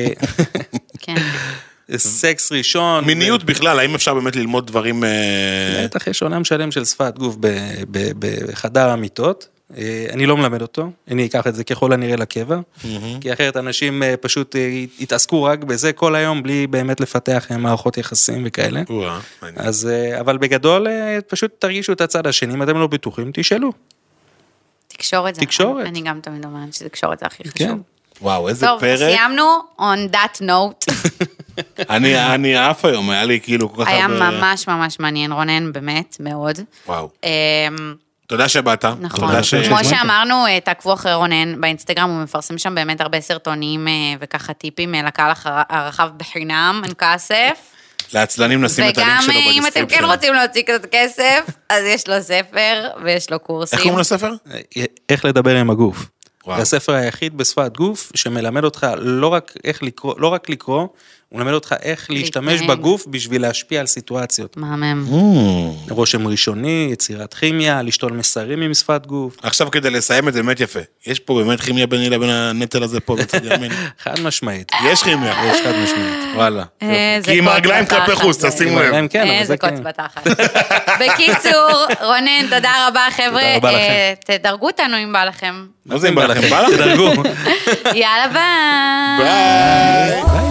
כן. סקס ראשון. מיניות בכלל, האם אפשר באמת ללמוד דברים... אה, בטח יש עולם שלם של שפת גוף ב- ב- בחדר המיטות, אה, אני לא מלמד אותו, אני אקח את זה ככל הנראה לקבר, כי אחרת אנשים אה, פשוט אה, יתעסקו רק בזה כל היום, בלי באמת לפתח אה, מערכות יחסים וכאלה. וואה, מעניין. אז, אה, אבל בגדול, אה, פשוט תרגישו את הצד השני, אם אתם לא בטוחים, תשאלו. תקשורת זה... תקשורת. אני גם תמיד אומרת שתקשורת זה הכי כן. חשוב. וואו, איזה טוב, פרק. סיימנו on that note. אני אני עף היום, היה לי כאילו כל כך היה הרבה... ממש ממש מעניין, רונן, באמת, מאוד. וואו. אמ, תודה שבאת. נכון, תודה ש- כמו שאמרנו, תעקבו אחרי רונן באינסטגרם, הוא מפרסם שם באמת הרבה סרטונים אה, וככה טיפים אה, לקהל הח- הרחב בחינם, אין כסף. לעצלנים נשים את הלינק וגם שלו אה, אם אתם כן בדיסקריפשן. רוצים להוציא קצת כסף, אז יש לו ספר ויש לו קורסים. איך קוראים לספר? אה, איך לדבר עם הגוף. וואו. זה הספר היחיד בשפת גוף שמלמד אותך לא רק איך לקרוא, לא רק לקרוא, הוא מלמד אותך איך להשתמש להתנהג. בגוף בשביל להשפיע על סיטואציות. מהמם. רושם ראשוני, יצירת כימיה, לשתול מסרים עם שפת גוף. עכשיו כדי לסיים את זה באמת יפה. יש פה באמת כימיה ביני לבין הנטל הזה פה בצד ימין. חד משמעית. יש כימיה. יש חד משמעית. וואלה. איזה כי עם קוץ הרגליים בתחת כלפי חוץ, זה. תשימו לב. רגליים כן, אבל איזה זה קוץ כן. בתחת. בקיצור, רונן, תודה רבה, חבר'ה. תודה רבה אה, תדרגו אותנו אם בא לכם. מה זה אם בא לכם? בא לכם? תדרגו. יאללה, ביי. ביי.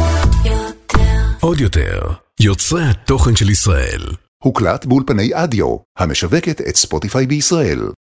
עוד יותר, יוצרי התוכן של ישראל. הוקלט באולפני אדיו, המשווקת את ספוטיפיי בישראל.